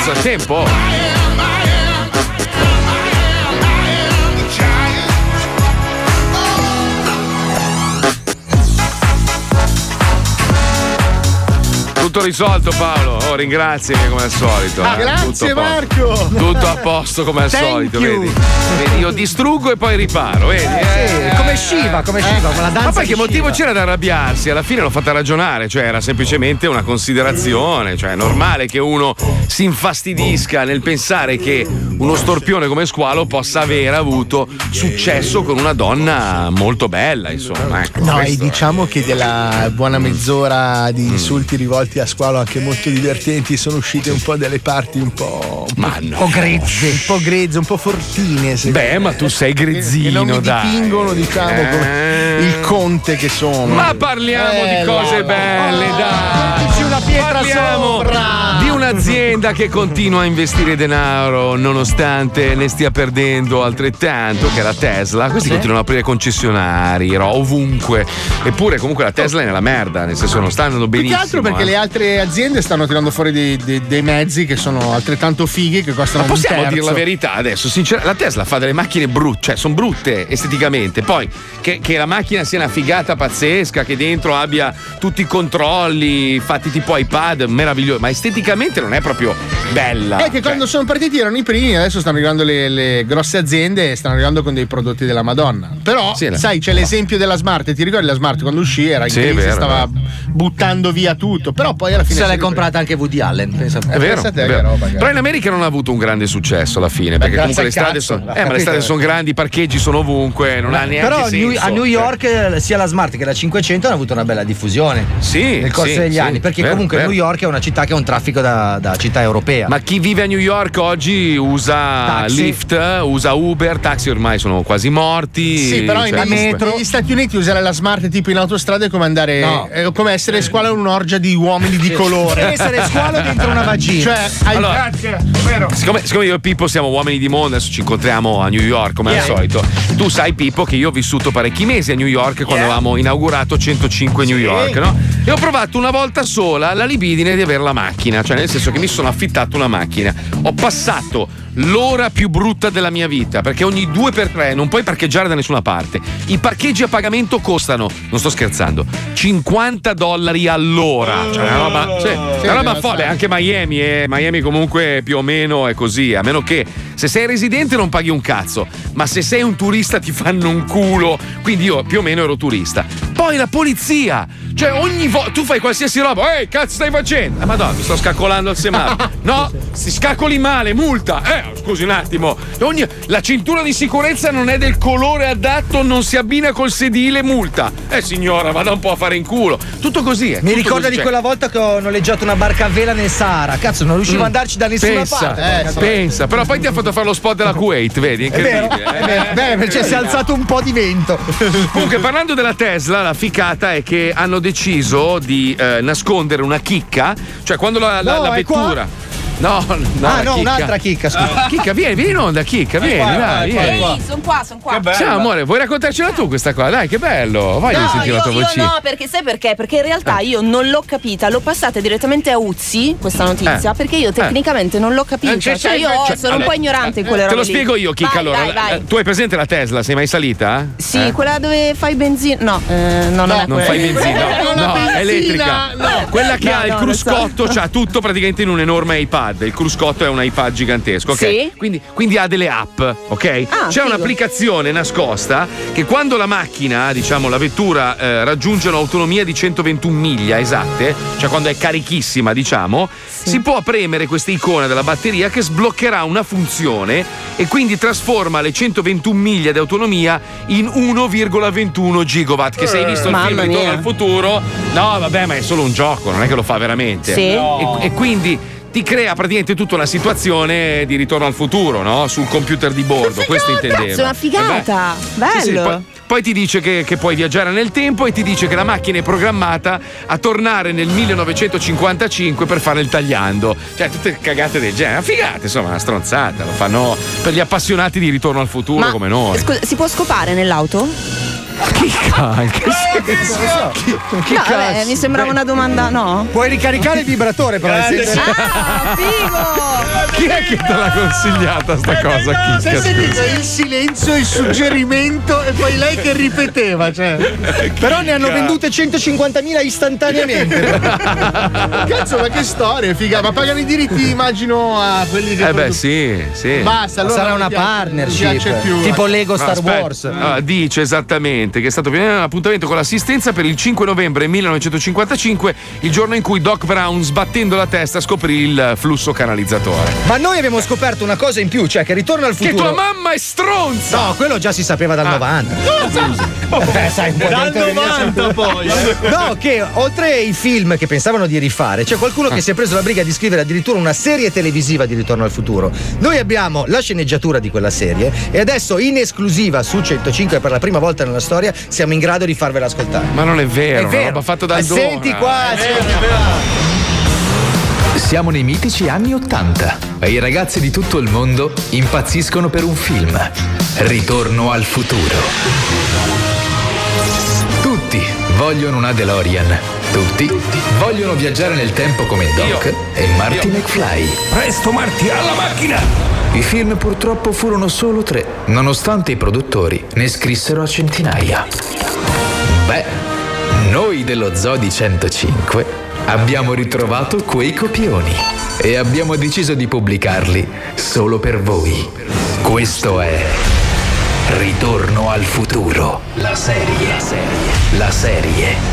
perso il tempo. Tutto risolto, Paolo. Oh, ringraziami come al solito. Ah, eh. grazie, Tutto a Marco. posto. Tutto a posto come al Thank solito, you. vedi? Vedi, io distruggo e poi riparo, vedi? Eh, sì, come Shiva, come Shiva, con la danza Ma poi di che motivo Shiva. c'era da arrabbiarsi? Alla fine l'ho fatta ragionare, cioè era semplicemente una considerazione, cioè è normale che uno si infastidisca nel pensare che uno storpione come Squalo possa aver avuto successo con una donna molto bella, insomma. Ecco, No, e questo- diciamo che della buona mezz'ora di insulti rivolti a Squalo, anche molto divertenti, sono uscite un po' delle parti un po'. Ma no. Un po' grezze, un po' grezze, un po' fortine. secondo Beh, me. ma tu sei Che grizzino, non mi dai. dipingono, diciamo, come il conte che sono. Ma parliamo Eh, di cose là, là. belle, dai. Mettici una pietra Parliamo sopra. di un'azienda che continua a investire denaro nonostante ne stia perdendo altrettanto, che è la Tesla. Questi Sì. continuano ad aprire concessionari ro- ovunque. Eppure comunque la Tesla è nella merda, nel senso non sta andando Più che benissimo. altro perché eh. le altre aziende stanno tirando fuori dei, dei- dei mezzi che sono altrettanto fighi, che costano Ma possiamo un terzo. dire la verità adesso? Sinceramente, la Tesla fa delle macchine brutte, cioè sono brutte esteticamente. Poi che, che la macchina sia una figata pazzesca, che dentro abbia tutti i controlli fatti tipo iPad, meraviglioso, ma esteticamente non è proprio bella. È che Cioè, quando sono partiti erano i primi, adesso stanno arrivando le, le grosse aziende e stanno arrivando con dei prodotti della Madonna. Però, Sì, la- sai, c'è l'esempio della Smart. Ti ricordi la Smart quando uscì? Era in Sì, crisi, vero, stava buttando via tutto. Però poi alla fine. Se l'hai si- comprata anche Woody Allen, pensa È vero, Pensa a te è che vero. roba, Però in America non ha avuto un grande successo alla fine, perché grazie comunque le al strade cazzo, sono. ho Eh, ma le capito. strade sono grandi, i parcheggi sono ovunque, non ha neanche Però a senso. New, a New York eh, sia la Smart che la cinquecento hanno avuto una bella diffusione Sì, nel corso sì, degli sì, anni, perché vero, comunque vero. New York è una città che ha un traffico da, da città europea. Ma chi vive a New York oggi usa Taxi. Lyft, usa Uber, taxi ormai sono quasi morti. Sì, però cioè, negli, comunque- negli Stati Uniti usare la Smart tipo in autostrada è come andare. No. È come essere squalo in un'orgia di uomini di colore. Deve essere squalo dentro una vagina. Cioè, hai Allora, vero. Siccome, siccome io e Pippo siamo uomini di mondo, adesso ci incontriamo a New York come Yeah. al solito. Tu sai, Pippo, che io ho vissuto parecchi mesi a New York quando Yeah. avevamo inaugurato centocinque New York, no? E ho provato una volta sola la libidine di avere la macchina, cioè nel senso che mi sono affittato una macchina. Ho passato l'ora più brutta della mia vita, perché ogni due per tre non puoi parcheggiare da nessuna parte. I parcheggi a pagamento costano, non sto scherzando, cinquanta dollari all'ora. Cioè una roba, sì, una roba folle. Anche Miami, eh. Miami comunque più o meno è così, a meno che se sei residente non paghi un cazzo, ma se sei un turista ti fanno un culo. Quindi io più o meno ero turista. Poi la polizia, cioè ogni volta tu fai qualsiasi roba, ehi, cazzo stai facendo? Ah, madonna, mi sto scaccolando al semaforo. No, si scaccoli male, multa. Eh, scusi un attimo. Ogni- la cintura di sicurezza non è del colore adatto, non si abbina col sedile, multa. Eh signora, vada un po' a fare in culo. Tutto così. eh, Mi tutto ricordo così, di cioè- quella volta che ho noleggiato una barca a vela nel Sahara. Cazzo, non riuscivo Mm. ad andarci da nessuna pensa, parte. eh, porca pensa, però poi ti ha fatto fare lo spot della Kuwait, vedi? È vero, Incredibile. è vero. eh. Beh, cioè, si è alzato un po' di vento. Comunque, parlando della Tesla, la ficata è che hanno deciso di eh, nascondere una chicca, cioè quando la, la, No, la è vettura. No, no, Ah, la no, chicca. un'altra chicca, scusa. Chicca, vieni, vieni in onda, chicca, vieni, qua, dai, qua, vieni. qua. Ehi, sono qua, sono qua. Ciao amore, vuoi raccontarcela tu questa qua? Dai, che bello. Voglio No, sentire io, la tua io vocina. no, perché sai perché? Perché in realtà Eh. io non l'ho capita, l'ho passata direttamente a Uzzi questa notizia, Eh. perché io tecnicamente non l'ho capita. Non c'è- Cioè, io cioè, sono un allora, po' ignorante in eh, quelle Te robe lo lì. spiego io, Chicca. Vai, Allora, vai, vai. eh, tu hai presente la Tesla? Sei mai salita? Sì, Eh? quella dove fai benzina. No, eh, no, non è Non quella. fai benzina, no, no, è elettrica. no. Quella che No, ha il no, lo so. cruscotto, c'ha tutto praticamente in un enorme iPad. Il cruscotto è un iPad gigantesco, ok? Sì. Quindi, quindi ha delle app, ok? Ah, C'è figo. un'applicazione nascosta che quando la macchina, diciamo la vettura, eh, raggiunge un'autonomia di centoventuno miglia esatte, cioè quando è carichissima, diciamo, si può premere questa icona della batteria che sbloccherà una funzione e quindi trasforma le centoventuno miglia di autonomia in uno virgola ventuno gigawatt. Che se hai visto il Mamma film Ritorno mia. al futuro, no, vabbè, ma è solo un gioco, non è che lo fa veramente. Sì. E, e quindi ti crea praticamente tutta una situazione di ritorno al futuro, no? Sul computer di bordo, questo intendeva. Cazzo, è una figata. Eh beh. Sì, sì, Bello. poi, poi ti dice che, che puoi viaggiare nel tempo e ti dice che la macchina è programmata a tornare nel millenovecentocinquantacinque per fare il tagliando. Cioè, tutte cagate del genere. Una figata, insomma, una stronzata. Lo fanno per gli appassionati di ritorno al futuro Ma, come noi. Scusa, si può scopare nell'auto? Chicca, anche Chi, chi No, cazzo? vabbè, mi sembrava una domanda, no? Puoi ricaricare il vibratore, però. Grande, nel senso- sì. Ah, figo! Chi è che te l'ha consigliata sta cosa, Chicca? Sei scusa? sentito il silenzio, il suggerimento e poi lei che ripeteva, cioè. Però ne hanno vendute centocinquantamila istantaneamente. Cazzo, ma che storia, figa. Ma pagano i diritti, immagino, a quelli che. Eh beh, sì, sì. Basta, allora Sarà non una mi piace- partnership, non mi piace più. tipo Lego No, Star aspetta. Wars. Ah, dice esattamente che è stato un appuntamento con l'assistenza per il cinque novembre millenovecentocinquantacinque, il giorno in cui Doc Brown, sbattendo la testa, scoprì il flusso canalizzatore. Ma noi abbiamo scoperto una cosa in più, cioè che Ritorno al Che futuro. tua mamma è stronza! No, quello già si sapeva dal novanta. Eh, sai, un po' Dal di teoria novanta c'è. poi. No, che oltre ai film che pensavano di rifare, c'è qualcuno che si è preso la briga di scrivere addirittura una serie televisiva di Ritorno al futuro. Noi abbiamo la sceneggiatura di quella serie e adesso in esclusiva su centocinque per la prima volta nella storia siamo in grado di farvela ascoltare. Ma non è vero, È una vero. roba fatta dal Ma senti Dona. qua, È senti vero, è vero. Siamo nei mitici anni ottanta e i ragazzi di tutto il mondo impazziscono per un film. Ritorno al futuro. Tutti vogliono una DeLorean. Tutti vogliono viaggiare nel tempo come Doc e Marty McFly. Presto Marty, alla macchina! I film purtroppo furono solo tre, nonostante i produttori ne scrissero a centinaia. Beh, noi dello Zoo di centocinque abbiamo ritrovato quei copioni e abbiamo deciso di pubblicarli solo per voi. Questo è Ritorno al futuro, la serie, la serie, la serie.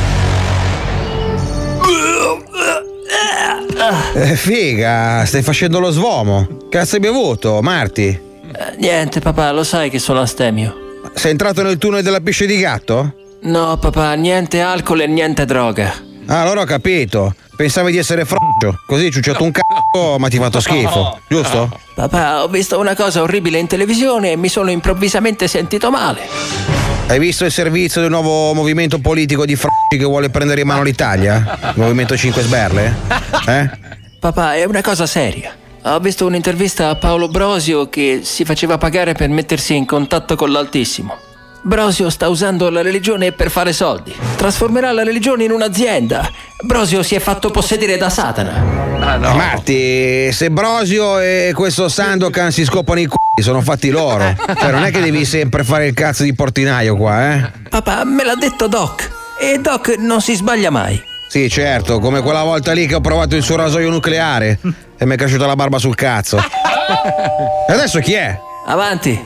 Eh, figa, stai facendo lo svomo. Cazzo hai bevuto, Marti? Eh, niente, papà, lo sai che sono astemio. Sei entrato nel tunnel della pisce di gatto? No, papà, niente alcol e niente droga. Ah, allora ho capito. Pensavi di essere froccio. Così hai ciucciato un c***o, ma ti ha fatto schifo, giusto? Papà, ho visto una cosa orribile in televisione e mi sono improvvisamente sentito male. Hai visto il servizio del nuovo movimento politico di frocci che vuole prendere in mano l'Italia? Il Movimento cinque Sberle? Eh? Papà, è una cosa seria. Ho visto un'intervista a Paolo Brosio che si faceva pagare per mettersi in contatto con l'Altissimo. Brosio sta usando la religione per fare soldi. Trasformerà la religione in un'azienda. Brosio si è fatto possedere da Satana. Ah, no. Marti, se Brosio e questo Sandokan si scopano i c***i, sono fatti loro. Cioè, non è che devi sempre fare il cazzo di portinaio qua, eh? Papà, me l'ha detto Doc. E Doc non si sbaglia mai. Sì, certo, come quella volta lì che ho provato il suo rasoio nucleare e mi è cresciuta la barba sul cazzo. E adesso chi è? Avanti.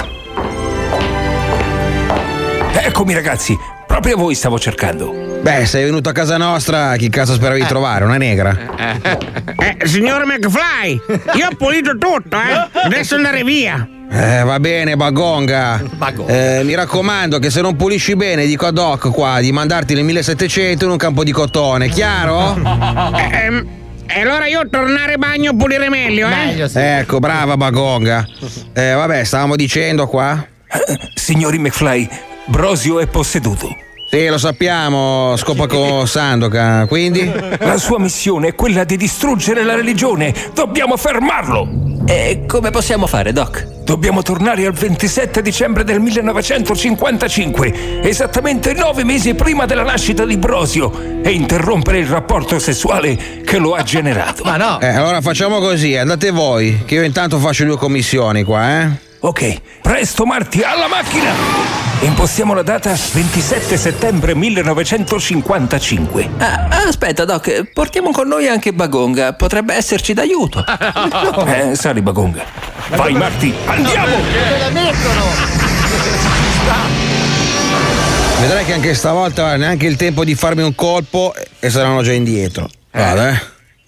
Eccomi ragazzi, proprio voi stavo cercando. Beh, sei venuto a casa nostra, chi cazzo speravi di trovare? Una negra? Eh, signor McFly, io ho pulito tutto, eh? Adesso andare via. Eh, va bene, Bagonga. Eh, mi raccomando che se non pulisci bene, dico a Doc qua di mandarti nel millesettecento in un campo di cotone, chiaro? Eh, ehm, e allora io tornare bagno pulire meglio, eh? Ecco, brava Bagonga. Eh, vabbè, stavamo dicendo qua? Signori McFly, Brosio è posseduto. Sì, lo sappiamo, scopa con Sandokan, quindi? La sua missione è quella di distruggere la religione. Dobbiamo fermarlo. E come possiamo fare, Doc? Dobbiamo tornare al ventisette dicembre del millenovecentocinquantacinque, esattamente nove mesi prima della nascita di Brosio, e interrompere il rapporto sessuale che lo ha generato. Ma no! Eh, allora facciamo così, andate voi, che io intanto faccio due commissioni qua, eh? Ok, presto Marty, alla macchina! Impostiamo la data ventisette settembre millenovecentocinquantacinque. Ah, aspetta, Doc, portiamo con noi anche Bagonga. Potrebbe esserci d'aiuto. Eh, sali Bagonga. Vai Marty, andiamo! Dove la mettono? Vedrai che anche stavolta neanche il tempo di farmi un colpo e saranno già indietro. Vado, eh?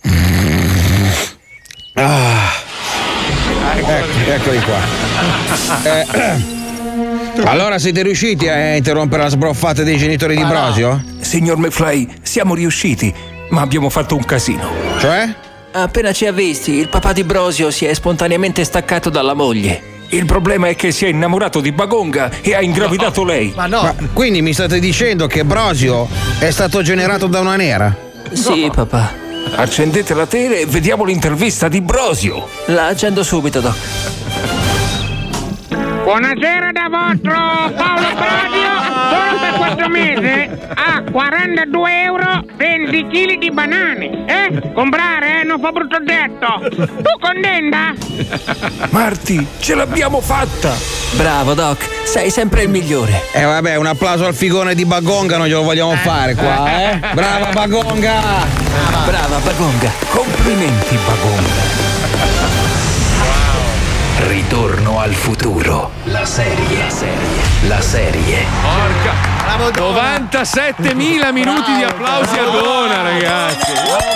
Ah. Ecco, eccoli qua. Eh, allora siete riusciti a interrompere la sbroffata dei genitori di Brosio? Signor McFly, siamo riusciti, ma abbiamo fatto un casino. Cioè? Appena ci ha visti, il papà di Brosio si è spontaneamente staccato dalla moglie. Il problema è che si è innamorato di Bagonga e ha ingravidato lei. Ma no. Ma quindi mi state dicendo che Brosio è stato generato da una nera? Sì, no. Papà. Accendete la tele e vediamo l'intervista di Brosio. La accendo subito, Doc. Buonasera da vostro Paolo Brosio, questo mese ha quarantadue euro venti chili di banane. Eh? Comprare, eh? Non fa brutto detto. Tu contenta? Marti, ce l'abbiamo fatta! Bravo, Doc, sei sempre il migliore. Eh vabbè, un applauso al figone di Bagonga, non glielo vogliamo fare qua, eh? Brava Bagonga! Brava, Brava Bagonga. Complimenti, Bagonga. Ritorno al futuro. La serie. La serie. La serie. Porca. novantasettemila minuti di applausi a Dona, ragazzi.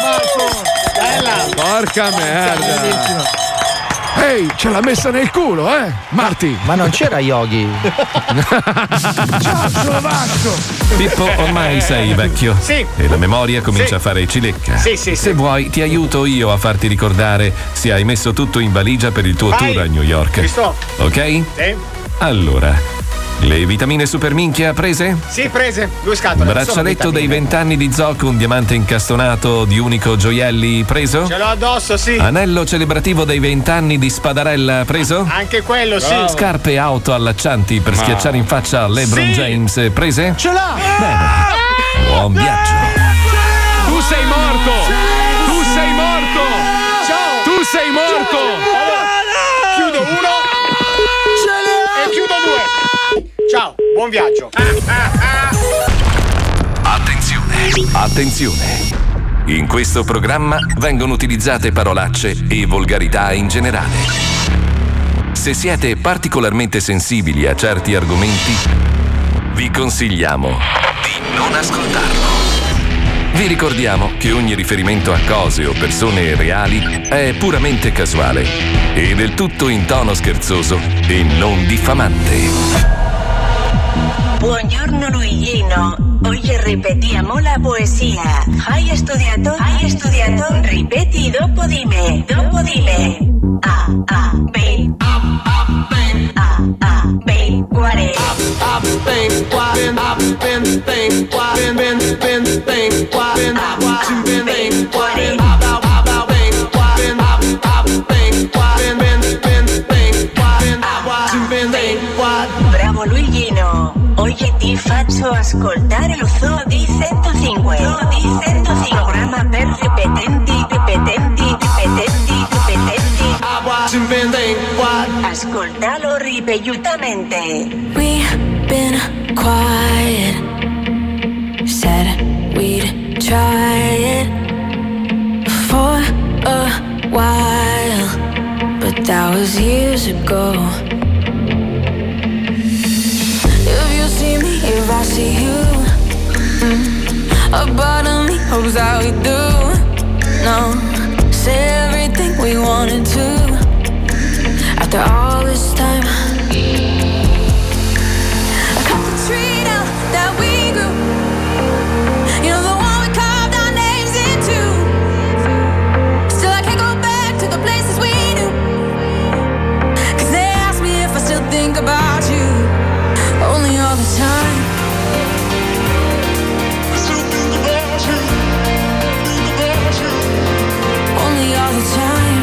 Porca merda. Ehi, ce l'ha messa nel culo, eh? Marti. Ma non c'era Yogi. Ciao, sono Vasco. Pippo, ormai sei vecchio. Sì. E la memoria comincia Sì. a fare cilecca. Sì, sì, Se sì. vuoi, ti aiuto io a farti ricordare se hai messo tutto in valigia per il tuo Vai. tour a New York. Ci sto. Ok? Sì. Allora, le vitamine super minchia prese? Sì, prese. Due scatole. Braccialetto dei vent'anni di Zoc, un diamante incastonato di Unico Gioielli preso? Ce l'ho addosso, sì. Anello celebrativo dei vent'anni di Spadarella preso? Anche quello, sì. Scarpe auto allaccianti per Ma- schiacciare in faccia LeBron Sì. James prese? Ce l'ha. Bene. Buon viaggio. Tu sei morto! Tu sei morto! Ciao! Tu sei morto! Allora, chiudo uno. E chiudo due. Ciao, buon viaggio. Attenzione. Attenzione. In questo programma vengono utilizzate parolacce e volgarità in generale. Se siete particolarmente sensibili a certi argomenti, vi consigliamo di non ascoltarlo. Vi ricordiamo che ogni riferimento a cose o persone reali è puramente casuale e del tutto in tono scherzoso e non diffamante. Buongiorno Luigino, oggi ripetiamo la poesia. Hai studiato? Hai studiato? Ripeti dopo di me, dopo di me. A, A, B, A, A, B, A, A, B, quare. A, A, B, quare. A, B, B, quare. B, B, B, quare. A, A, B, quare. A, A, B, quare. A, A, B, quare. B, B, B, quare. A, A, B, quare. Bravo Luigino. Oggi ti faccio ascoltare lo Zoo di centocinque. Zoo di centocinque. Programma per ripetenti, ripetenti, ripetenti, ripetenti. Ascoltalo ripetutamente. We've been quiet, said we'd try it for a while, but that was years ago. If you see me, if I see you, mm, a part of me hopes that we do. No, say everything we wanted to. After all this time, a couple tree now that we grew. You know the one we carved our names into. Still I can't go back to the places we knew. 'Cause they ask me if I still think about you. Only all the time. I still think about you. Think about you. Only all the time.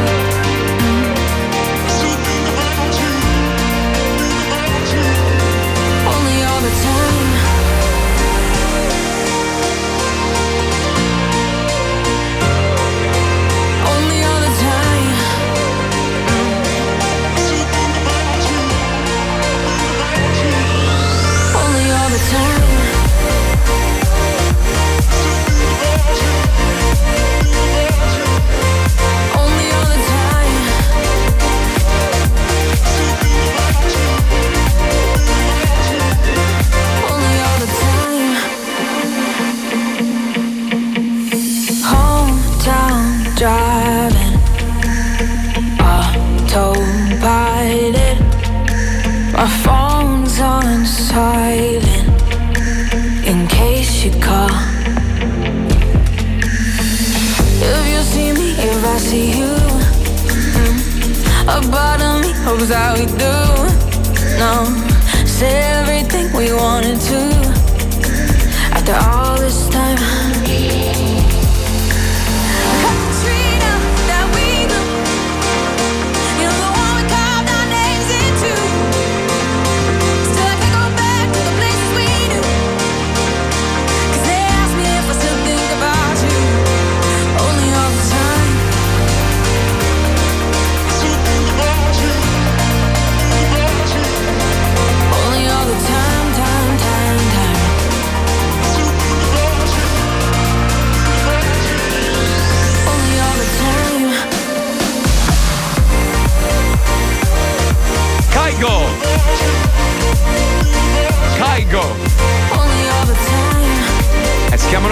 I still think about you. Think about you. Only all the time. Only all the time. I still think about you. Only all the time. Only all the time. Only all the time. Hometown driving, autopilot. My phone's on silent in case you call. If you see me, if I see you, mm, a part of me hopes that we do. No, say everything we wanted to. After all this time. Katrina, that we grew. You know the one we carved our names into. Still I can't go back to the places we knew.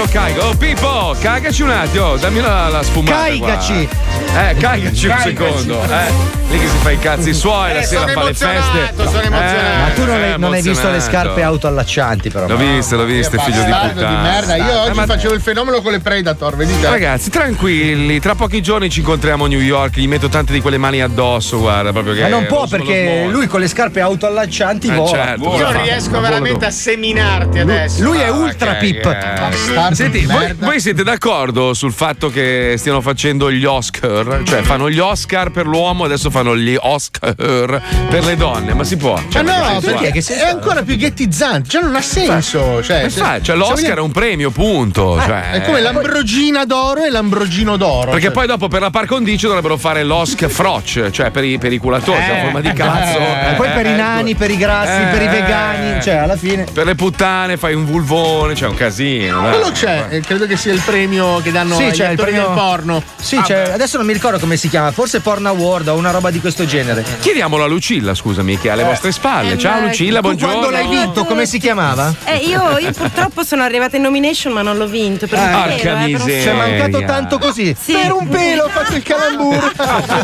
no caiga. Oh Pippo, cagaci un attimo, oh, dammi la, la sfumata. Caigaci. Qua. Eh, caigaci un Caigaci. secondo. Eh. Lì che si fa i cazzi suoi, la Eh, sera sono fa le feste. sono emozionato. Ma tu non hai, Eh, non hai visto le emozionato. scarpe autoallaccianti, però. L'ho viste, l'ho viste, figlio di Bastardo puttana. di merda. Io oggi Eh, ma- facevo il fenomeno con le Predator, vedete? Ragazzi, tranquilli, tra pochi giorni ci incontriamo a New York, gli metto tante di quelle mani addosso, guarda, proprio che Ma non può lo- lo perché smolla. lui con le scarpe autoallaccianti Eh, vola. certo, Io vola. non riesco Vola veramente dove- a seminarti adesso. Lui è Ah, ultra ok, pip. eh. Bastardo Senti, di voi, merda. voi siete d'accordo sul fatto che stiano facendo gli Oscar? Cioè fanno gli Oscar per l'uomo, adesso fanno gli Oscar per le donne, ma si può? Cioè, Ma che no, senso perché ha? che se- è ancora più ghettizzante, cioè non ha senso. Cioè, Eh, se- fa- cioè, se l'Oscar vogliamo- è un premio, punto. Eh, cioè, è come l'Ambrogina d'oro e l'Ambrogino d'oro. Perché cioè. poi dopo per la par condicio dovrebbero fare l'Oscar Froch, cioè per i, per i culatori, Eh, a forma di cazzo. E poi per i nani, per i grassi, per i vegani, cioè alla fine. Per le puttane fai un vulvone, c'è un casino. dai. Quello c'è, eh, credo che sia il premio che danno Sì, agli c'è il attori premio- del porno. Sì, Ah, c'è- beh. adesso non mi ricordo come si chiama, forse Porn Award o una roba di questo genere. Chiediamolo a Lucilla, scusami, che è alle vostre spalle. Eh, Ciao ma- Lucilla, Tu buongiorno. quando l'hai vinto, come si chiamava? Eh, io, io purtroppo sono arrivata in nomination, ma non l'ho vinto. Per un Porca pelo, eh, per un- miseria. Ci è mancato tanto così. Sì. Per un pelo ho fatto il calamburo.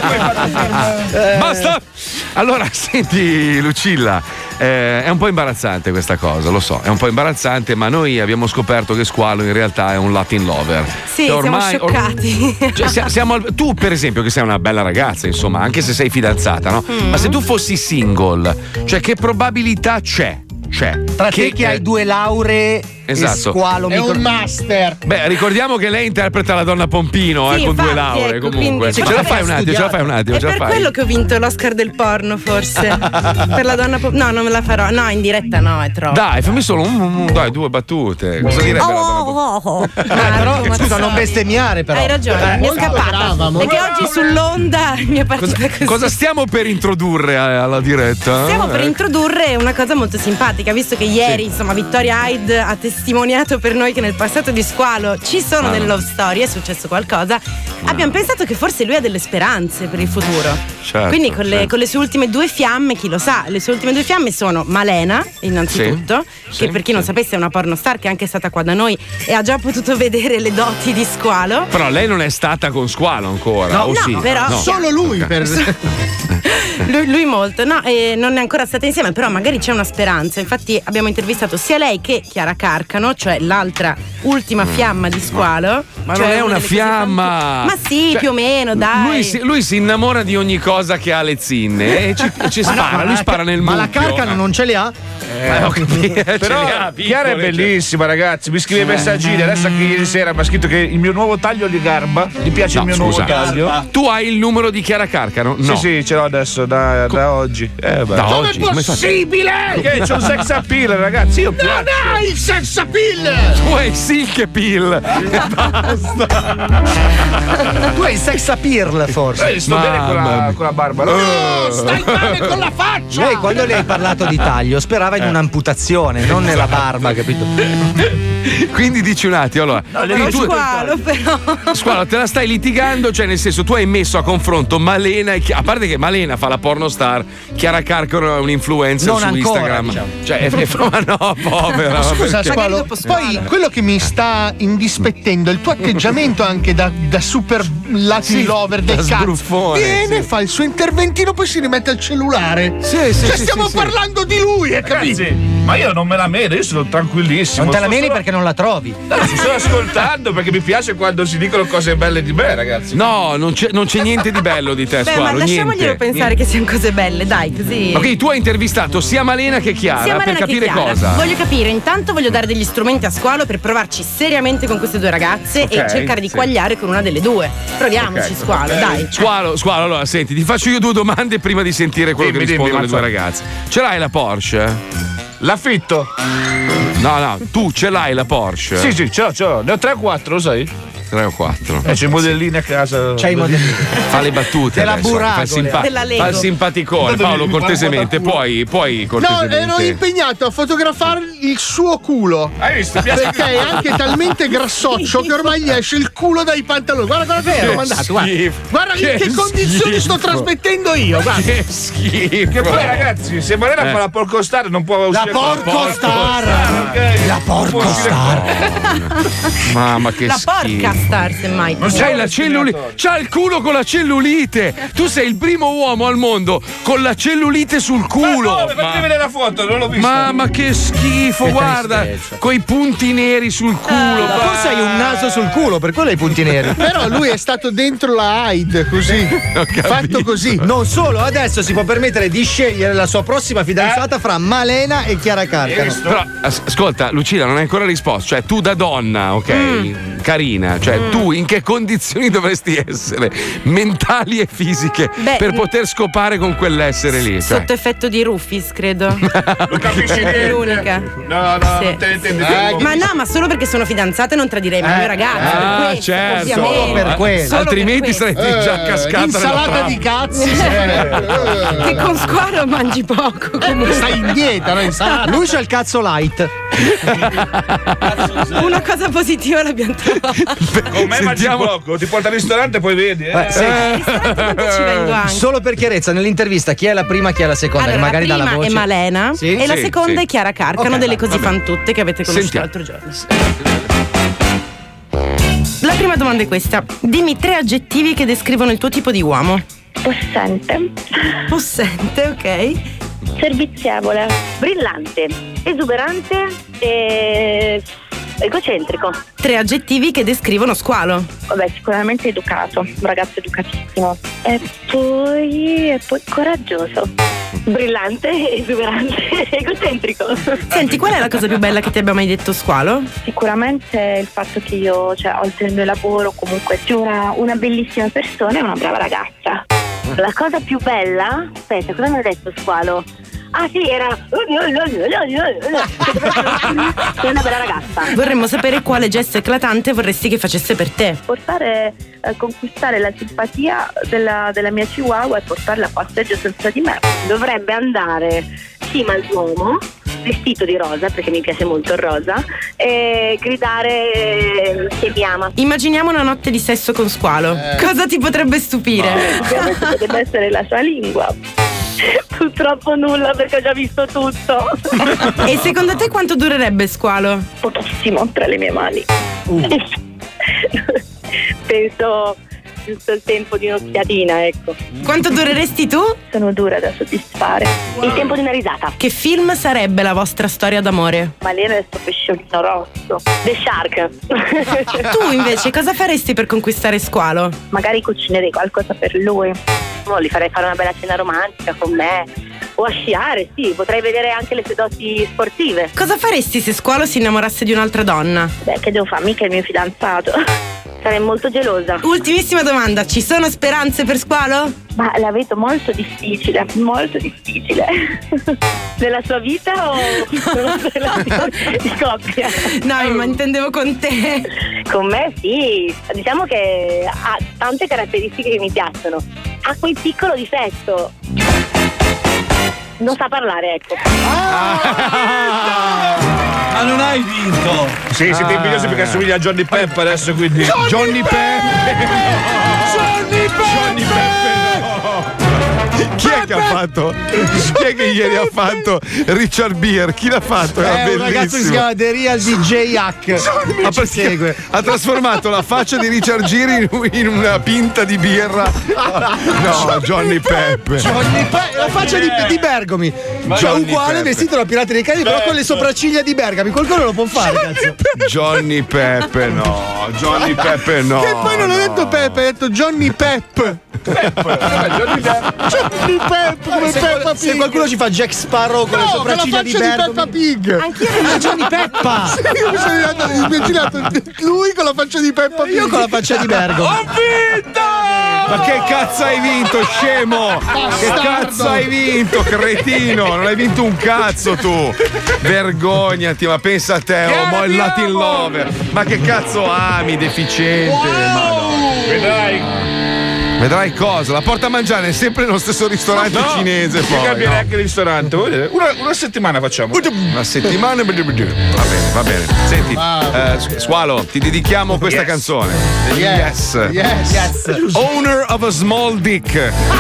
Eh, Basta! Allora, senti, Lucilla, eh, è un po' imbarazzante questa cosa, lo so, è un po' imbarazzante, ma noi abbiamo scoperto che Squalo in realtà è un Latin lover. Sì, Che siamo or- scioccati. cioè, sia- siamo al- tu, per esempio, che sei una bella ragazza, insomma, anche se sei fidanzata, no? Mm. Ma se tu fossi single, cioè, che probabilità c'è? C'è. Tra te che hai due lauree Esatto. e Squalo È micro- un master. Beh, ricordiamo che lei interpreta la donna Pompino, Sì, eh, con due infatti, lauree ecco, comunque. quindi- Ce la fai un attimo, ce la fai un attimo, È ce la per fai. quello che ho vinto l'Oscar del porno, forse. Per la donna pop- No, non me la farò. No, in diretta no, è troppo. Dai, fammi solo un, un- dai, due battute. Cosa direbbe la donna Pompino? Oh, oh, oh. Eh, però, Marco, ma scusa, sai. non bestemmiare però. Hai ragione, Eh, mi è molto scappata. brava, molto Perché oggi sull'onda mi è partita così. Cosa stiamo per introdurre a- alla diretta? Stiamo per Eh, introdurre una cosa molto simpatica, visto che ieri, insomma, Vittoria Hyde ha testimoniato per noi che nel passato di Squalo ci sono Ah. delle love story, è successo qualcosa. Abbiamo pensato che forse lui ha delle speranze per il futuro. Certo, Quindi con le, certo. con le sue ultime due fiamme, chi lo sa, le sue ultime due fiamme sono Malena, innanzitutto, Sì, che sì, per chi non sì. sapesse è una pornostar che è anche stata qua da noi e ha già potuto vedere le doti di Squalo. Però lei non è stata con Squalo ancora. No, o no, sì? però- Solo lui Ok. per. Lui, lui molto, no, e non è ancora stata insieme, però magari c'è una speranza. Infatti abbiamo intervistato sia lei che Chiara Carcano, cioè l'altra ultima fiamma di Squalo. Ma cioè non è una delle cose fiamma. fant- Ma sì, Cioè, più o meno, dai. Lui si, lui si innamora di ogni cosa che ha le zinne e ci, e ci Ma no, spara, ma lui la- spara nel Ma la mucchio. Carcano non ce li ha? Eh, ho capito, ce Però li ha, Chiara è piccole, bellissima, ragazzi. Mi scrive Eh. messaggini. Adesso anche ieri sera mi ha scritto che il mio nuovo taglio gli garba. Gli piace No, il mio scusa. nuovo taglio. Tu hai il numero di Chiara Carcano? No. Sì, sì, ce l'ho adesso da, da oggi. Eh, beh. Da Come oggi? è Come fai? possibile? Che c'è un sex appeal, ragazzi. Io Non piaccio. ha il sex appeal! Tu hai il silk pill. Tu hai il sex appeal forse. Eh, sto Mamma bene con la, mia. con la barba. No, no? stai male con la faccia! Lei quando le hai parlato di taglio sperava in un'amputazione, non nella barba, capito? Quindi dici un attimo, allora. le quindi tu- Squalo, però. Squalo, te la stai litigando, cioè nel senso tu hai messo a confronto Malena e Chi- a parte che Malena fa la pornostar, Chiara Carcano è un influencer Non su ancora, Instagram. diciamo. Cioè, è, è, ma no, povera. Scusa, perché- Squalo, dopo Squalo. poi quello che mi sta indispettendo è il tuo atteggiamento anche da, da super Latin Sì, lover del da cazzo. sbruffone, Viene, sì. fa il suo interventino, poi si rimette al cellulare. Sì, sì, Cioè, sì, stiamo sì, sì. parlando di lui, hai capito? Ragazzi, ma io non me la meno, io sono tranquillissimo. Non te la Sto meni solo- perché non la trovi. No, ci sto ascoltando perché mi piace quando si dicono cose belle di me, ragazzi. No, non c'è, non c'è niente di bello di te, Beh, Squalo. ma lasciamoglielo niente, pensare niente. che siano cose belle, dai, così. Ok, tu hai intervistato sia Malena che Chiara Sia Malena per che capire Chiara. cosa. Voglio capire, intanto voglio dare degli strumenti a Squalo per provarci seriamente con queste due ragazze Ok, e cercare di sì. quagliare con una delle due. Proviamoci, Ok. Squalo, dai. Squalo, Squalo, allora senti, ti faccio io due domande prima di sentire quello Dimmi, che rispondono dimmi, le due mazza. ragazze. Ce l'hai la Porsche? L'affitto? No, no, tu ce l'hai la Porsche? Sì, sì, ce l'ho, ce l'ho. Ne ho tre o quattro, lo sai? tre o quattro. Eh, c'è i modellini a casa. C'hai i modellini. Fa le battute Della adesso, Burago, fa il, simpa- della Lego. fa il simpaticone. Dove Paolo, mi guardo cortesemente, dal culo. puoi, puoi No, cortesemente. ero impegnato a fotografare il suo culo. Hai visto? Perché è anche talmente grassoccio che ormai gli esce il culo dai pantaloni. Guarda, guarda che l'ho mandato. Guarda, guarda in che condizioni sto trasmettendo io. Guarda. Che schifo. Che poi, ragazzi, se Malena Eh. fa la porcostar non può uscire. La porcostar. La porcostar. Mamma che La schifo. porca star, semmai. Non c'hai la cellulite, c'ha il culo con la cellulite. Tu sei il primo uomo al mondo con la cellulite sul culo. Ma come? Fatti vedere la foto, non l'ho vista. Mamma che schifo, Che guarda, tristezza. coi punti neri sul culo. Ma forse hai un naso sul culo, per quello hai i punti neri. Però lui è stato dentro la Hyde, così. Fatto così. Non solo, adesso si può permettere di scegliere la sua prossima fidanzata fra Malena e Chiara Carcano. Però as- ascolta, Lucilla, non hai ancora risposto. Cioè, tu da donna, ok, Mm. carina, cioè tu in che condizioni dovresti essere mentali e fisiche Beh, per mm. poter scopare con quell'essere lì? Cioè. Sotto effetto di Rufis, credo. Non capisci È niente. l'unica. No, no, Sì. non te ne intendi. Eh, ma no, ma solo perché sono fidanzata e non tradirei mai il mio ragazzo. per Ah, questo, certo. ovviamente. Solo per quello. Solo Altrimenti per questo. saresti già cascata Insalata nella di trappola. cazzi. Che con squalo mangi poco. comunque. Stai in dieta, no? Insalata. Lui c'ha il cazzo light. Una cosa positiva l'abbiamo trovata. Con me mangi poco, ti porta al ristorante e poi vedi. Eh. Eh, sì. Ci vengo anche. Solo per chiarezza, nell'intervista chi è la prima, chi è la seconda? Allora, che magari la dà la prima voce. è Malena Sì? e la Sì, seconda sì. è Chiara Carcano, Ok, delle va, Così va fan tutte che avete conosciuto Sentiamo. l'altro giorno. La prima domanda è questa: dimmi tre aggettivi che descrivono il tuo tipo di uomo. Possente. Possente, ok. Servizievole. Brillante. Esuberante e egocentrico. Tre aggettivi che descrivono Squalo. Vabbè, sicuramente educato, un ragazzo educatissimo. E poi, e poi coraggioso. Brillante, esuberante, egocentrico. Senti, qual è la cosa più bella che ti abbia mai detto Squalo? Sicuramente il fatto che io, cioè, oltre al mio lavoro, comunque sia una, una bellissima persona e una brava ragazza. La cosa più bella, aspetta, cosa mi ha detto Squalo? Ah sì, era sei una bella ragazza. Vorremmo sapere quale gesto eclatante vorresti che facesse per te. Portare, eh, conquistare la simpatia della, della mia chihuahua e portarla a passeggio senza di me. Dovrebbe andare cima all'uomo, vestito di rosa, perché mi piace molto il rosa, e gridare che mi ama. Immaginiamo una notte di sesso con Squalo. Cosa ti potrebbe stupire? Ovviamente potrebbe essere la sua lingua. Purtroppo nulla, perché ho già visto tutto. E secondo te quanto durerebbe Squalo? Pochissimo tra le mie mani. Penso giusto il tempo di un'occhiatina, ecco. Quanto dureresti tu? Sono dura da soddisfare. Il tempo di una risata. Che film sarebbe la vostra storia d'amore? Malena e il suo pesciolino rosso. The Shark. Tu invece cosa faresti per conquistare Squalo? Magari cucinerei qualcosa per lui. No, gli farei fare una bella cena romantica con me. O a sciare, sì, potrei vedere anche le sue doti sportive. Cosa faresti se Squalo si innamorasse di un'altra donna? Beh, che devo fare? Mica il mio fidanzato. Sarei molto gelosa. Ultimissima domanda, ci sono speranze per Squalo? Ma la vedo molto difficile, molto difficile. Nella sua vita o nella sua relazione di coppia? No, ma intendevo con te. Con me sì, diciamo che ha tante caratteristiche che mi piacciono. Ha quel piccolo difetto. Non sa parlare, ecco. Ma non hai vinto! Sì, siete invidiosi perché assomiglia a Johnny Pep adesso, quindi. Johnny Pep! Johnny Johnny Chi è che ha fatto? Chi è che ieri ha fatto Richard Beer? Chi l'ha fatto? Era È un ragazzo che si bellissimo. chiama The Real D J Hack. Ha, perché- ha trasformato la faccia di Richard Gere in, in una pinta di birra. No, Johnny Pep. Johnny Pe- la faccia di, di Bergomi. Cioè, Johnny uguale Pep. vestito da Pirati dei Caraibi, però con le sopracciglia di Bergami. Qualcuno lo può fare, cazzo. Johnny Peppe no, Johnny Peppe no. Che poi non no. ho detto Peppe, ho detto Johnny Pep. Johnny Pep. Johnny Pep come se, Peppa se Pig. qualcuno ci fa Jack Sparrow con le No, con la sopracciglia faccia di di, Bergomi. Peppa Pig. Anch'io Ah, Johnny Peppa. Sì, io mi sono immaginato lui con la faccia di Peppa Pig. Io con la faccia di Bergomi. Ho vinto! Ma che cazzo hai vinto, scemo? Che cazzo hai vinto, cretino? Non hai vinto un cazzo tu. Vergognati, ma pensa a te, oh, il Latin lover. Ma che cazzo ami, deficiente? Ma no. Vedrai. Vedrai cosa? La porta a mangiare è sempre nello stesso ristorante No, cinese. si Poi cambia no? anche il ristorante. Una, una settimana facciamo. Una settimana. Va bene, va bene. Senti, eh, Squalo, ti dedichiamo questa Yes. canzone. Yes. Yes. Yes. Owner of a small dick.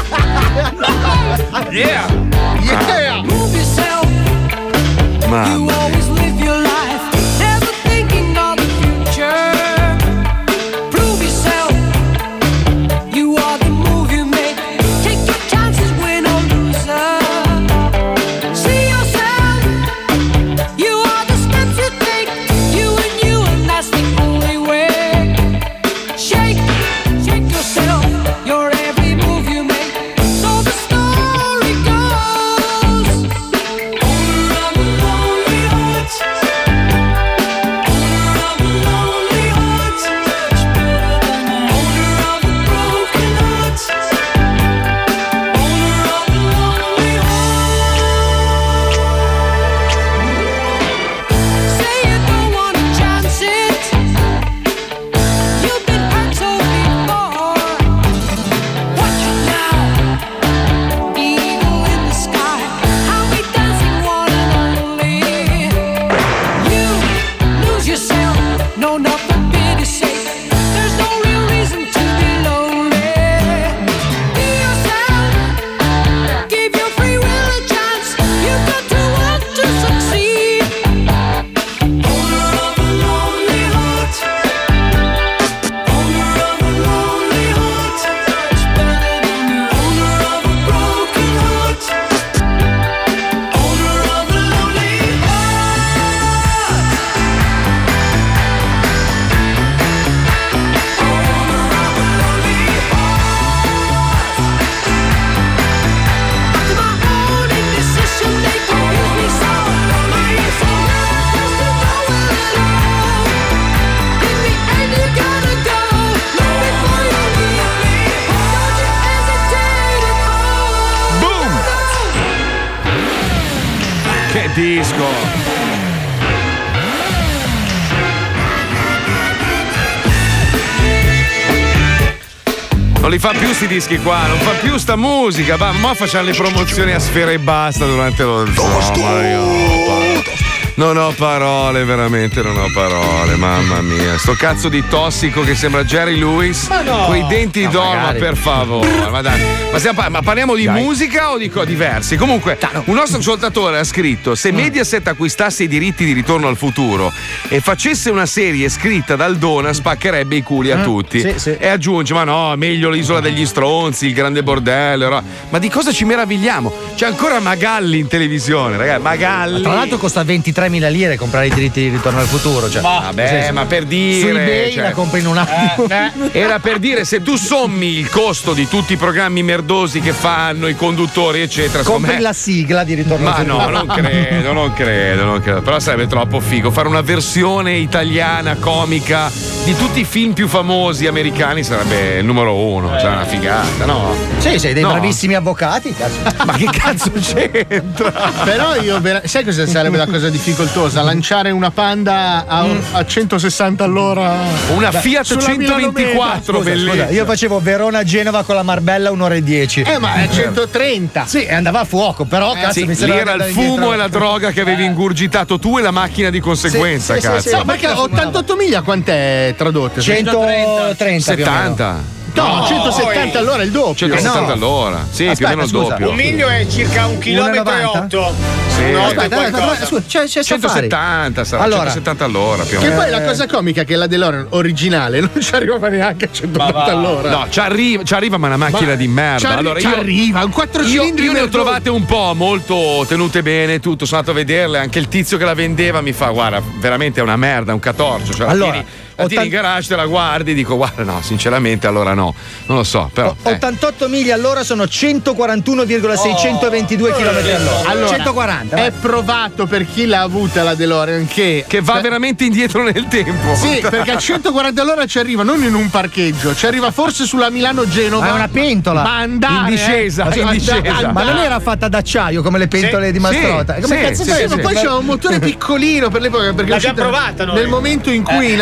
Yeah. Yeah. Move yourself. You Mamma. always live your life, never thinking of the future. Prove yourself. You are the move you make. Take your chances, win or loser. See yourself. You are the steps you take. You and you, and that's the only way. Shake, shake yourself. Your every move you make. So the story goes. Owner of a lonely heart. Owner of a lonely heart. Owner of a broken heart. Owner of a lonely heart. Say you don't wanna chance it. You've been hurt so before. Watch it now. Eagle in the sky. How we dancing one and only. You lose yourself. No, nothing to say. There's no real reason to be lonely. Be yourself. Give your free will a chance. You've got to want to succeed. Owner of a lonely heart. Owner of a lonely heart. Owner of a broken heart. Owner of a lonely Boom! Che disco! Non li fa più sti dischi qua, non fa più sta musica, ma, ma facciamo le promozioni a sfera e basta durante lo no, ma io non ho parole. Non ho parole, veramente non ho parole, mamma mia. Sto cazzo di tossico che sembra Jerry Lewis. Ma no. Quei denti No, d'oro, ma magari. per favore. Ma, dai, ma, stiamo par- ma parliamo di Dai. musica o di co- diversi? Comunque, un nostro ascoltatore ha scritto: se Mediaset acquistasse i diritti di Ritorno al futuro e facesse una serie scritta dal Dona, spaccherebbe i culi a Mm, tutti. sì, sì. E aggiunge: ma no, meglio l'isola degli stronzi, il grande bordello. ro- Ma di cosa ci meravigliamo? C'è ancora Magalli in televisione, ragazzi. Magalli. Tra l'altro costa ventitremila lire comprare i diritti di Ritorno al futuro. Cioè, Vabbè, nel senso, ma per dire. Su eBay cioè- la compri in un attimo. Era per dire, se tu sommi il costo di tutti i programmi merdosi che fanno, i conduttori, eccetera, secondo Compri me- la sigla di Ritorno Ma al futuro. no, non credo, non credo, non credo. Però sarebbe troppo figo fare una versione italiana, comica, di tutti i film più famosi americani, sarebbe il numero uno. Cioè, una figata, no? Sì, sei dei No. bravissimi avvocati. cazzo. Ma che cazzo c'entra? Però io vera- sai cosa sarebbe la cosa difficoltosa? Lanciare una Panda a, a centosessanta all'ora. Una Beh, Fiat sulla Milano centoventiquattro, Meta. Scusa, scusa, io facevo Verona-Genova con la Marbella un'ora e dieci. Eh, ma è centotrenta. Sì, e andava a fuoco, però cazzo Sì, mi lì sembra era il andare fumo indietro. e la droga che avevi ingurgitato tu e la macchina di conseguenza, Sì, sì, cazzo. sì, no, perché ottantotto miglia quant'è tradotte? centotrenta più o meno. settanta. No, centosettanta all'ora è il doppio. centosettanta No. all'ora. Sì, più o Aspetta, meno il scusa, doppio. Un miglio è circa un chilometro e otto. Sì. Un otto e Aspetta, aspetta, qualcosa. scusa, c'è, c'è Safari. centosettanta sarà, Allora. centosettanta all'ora più o Che meno. poi la cosa comica è che la DeLorean originale non ci arrivava neanche a centoquaranta all'ora. No, ci arriva, ci arriva, ma è una macchina Ma di merda. ci arri- allora, ci io, arriva, un quattro io, cilindri io ne ho merdoso. trovate un po' molto tenute bene, tutto. Sono andato a vederle. Anche il tizio che la vendeva mi fa: guarda, veramente è una merda, un catorcio. Cioè, Allora, la tieni, la tieni in garage, te la guardi, dico: guarda, no, sinceramente, allora no. Non lo so, però. eh. ottantotto miglia all'ora sono centoquarantuno virgola seicentoventidue km all'ora. Allora, centoquaranta. è provato per chi l'ha avuta la DeLorean che, Che va veramente indietro nel tempo. Sì, perché a centoquaranta all'ora ci arriva non in un parcheggio, ci arriva forse sulla Milano-Genova. Ma è una pentola. Ma andare In discesa, eh, in and- discesa. andare- Ma non era fatta d'acciaio come le pentole Sì, di Mastrota. sì, Come sì, cazzo sì, fai? Sì, ma poi c'era un motore piccolino per l'epoca perché è L'abbiamo uscita provata noi. nel momento in cui Eh. la- c'era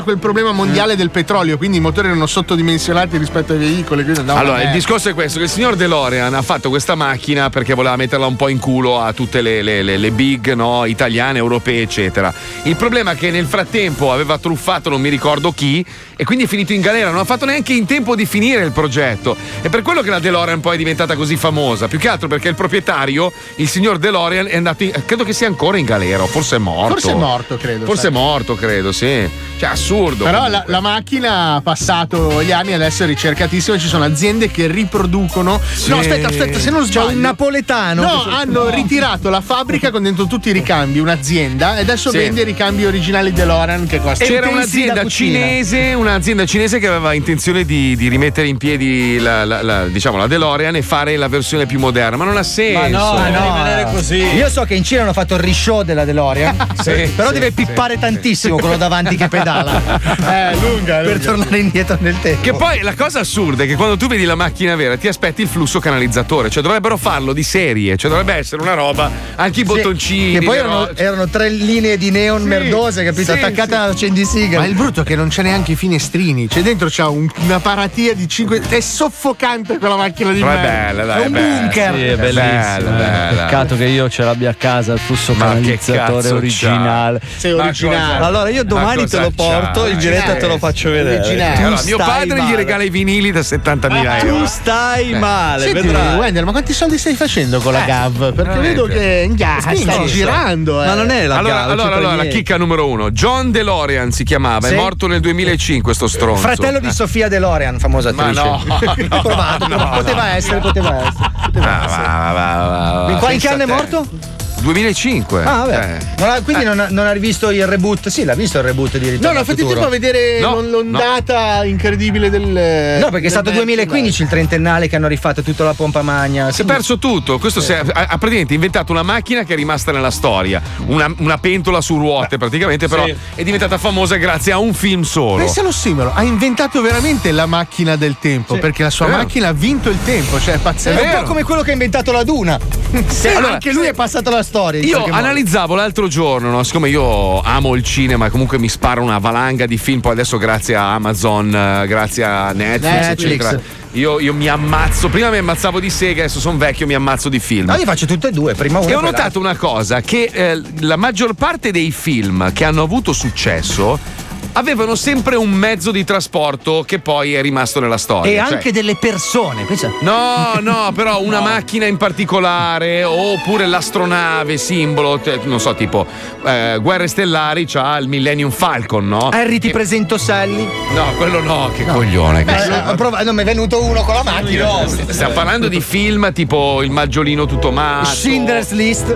c'era quel problema mondiale del petrolio, quindi i motori erano sottodimensionati rispetto ai veicoli. Allora, il discorso è questo: che il signor DeLorean ha fatto questa macchina perché voleva metterla un po' in culo a tutte le, le, le, le big, no, italiane, europee, eccetera. Il problema è che nel frattempo aveva truffato non mi ricordo chi e quindi è finito in galera, non ha fatto neanche in tempo di finire il progetto. È per quello che la DeLorean poi è diventata così famosa, più che altro perché il proprietario, il signor DeLorean, è andato in, credo che sia ancora in galera, o forse è morto. Forse è morto, credo. Forse sai. è morto, credo, sì. Cioè, assurdo. Però la, la macchina ha passato gli anni, adesso è ricercatissima. Ci sono aziende che riproducono. Sì. No, aspetta, aspetta, se non sbaglio. C'è un napoletano. No, che- hanno no. ritirato la fabbrica con dentro tutti i ricambi, un'azienda, e adesso Sì. vende i ricambi originali DeLorean che costano. C'era un'azienda cinese, un'azienda cinese che aveva intenzione di, di rimettere in piedi la, la, la, diciamo, la DeLorean e fare la versione più moderna, ma non ha senso. Ma no, Ma no. rimanere così. Io so che in Cina hanno fatto il rishow della DeLorean. Sì, però sì, deve pippare sì, tantissimo sì. quello davanti che pedala. Eh, lunga, Per tornare indietro nel tempo. Che poi la cosa assurda è che quando tu vedi la macchina vera ti aspetti il flusso canalizzatore, cioè dovrebbero farlo di serie, cioè dovrebbe essere una roba, anche i bottoncini. Che poi le erano, ro- erano tre linee di neon Sì, merdose, capito? sì, Attaccate sì. all'accendisigari. Ma il brutto è che non c'è neanche i finestrini, c'è dentro c'ha un- una paratia di cinque. È soffocante quella macchina di Però è merda. bella, dai, è un è bella. bunker. Sì, è bellissimo. bella, bella. Peccato che io ce l'abbia a casa il flusso Ma che canalizzatore cazzo originale. c'ha? Sei Ma originale. cosa- Allora io domani Ma te lo cosa porto c'ha? in diretta, te lo faccio vedere. Originale. Tu Allora, mio stai padre gli male. regala i vinili da settantamila Tu euro. stai male, Senti, vedrai. Wendell, ma quanti soldi stai facendo con la Eh, Gav? Perché veramente. vedo che ngah, Spingi. stai girando. Eh. Ma non è la Allora, gara, allora, c'entra allora la niente. chicca numero uno. John DeLorean si chiamava, Sì. è morto nel duemilacinque sto stronzo. Fratello di Sofia DeLorean, famosa Ma attrice. no, no, Ho provato, no, poteva no. essere, poteva essere. Poteva Va, essere. va, va, va, va. In quale Pensa anno è te. morto? duemilacinque. Ah, vabbè. Eh. Non ha- quindi non, ha, non ha rivisto il reboot? Sì, l'ha visto il reboot di No, Ritorno no, al fate futuro. tempo a vedere No, l'on- l'ondata incredibile del. No, perché è stato del duemilaquindici il trentennale che hanno rifatto tutta la pompa magna. Si è perso tutto. Questo si è- ha, ha praticamente inventato una macchina che è rimasta nella storia. Una, una pentola su ruote, praticamente, però Sì. è diventata famosa grazie a un film solo. Pensa allo simbolo, ha inventato veramente la macchina del tempo, perché la sua È vero. macchina ha vinto il tempo, cioè è È pazzesco. un po' come quello che ha inventato la Duna. Sì, Allora, allora, anche lui è passato alla storia. in Io qualche modo. analizzavo l'altro giorno, no? Siccome io amo il cinema e comunque mi spara una valanga di film, poi adesso grazie a Amazon, eh, grazie a Netflix, Netflix. eccetera. Io, io mi ammazzo, prima mi ammazzavo di sega, adesso sono vecchio, mi ammazzo di film. No, io faccio tutte e due, prima uno E ho poi notato una cosa, che eh, la maggior parte dei film che hanno avuto successo avevano sempre un mezzo di trasporto che poi è rimasto nella storia. E Cioè- anche delle persone. Pensa. No, no, però una macchina in particolare, oppure l'astronave, simbolo, te- non so, tipo eh, Guerre Stellari c'ha il Millennium Falcon, no? Harry, ti presento Sally. No, quello no, che coglione. Beh, che- ho provato, non mi è venuto uno con la macchina. Stiamo parlando di film tipo Il Maggiolino tutto matto. Schindler's List.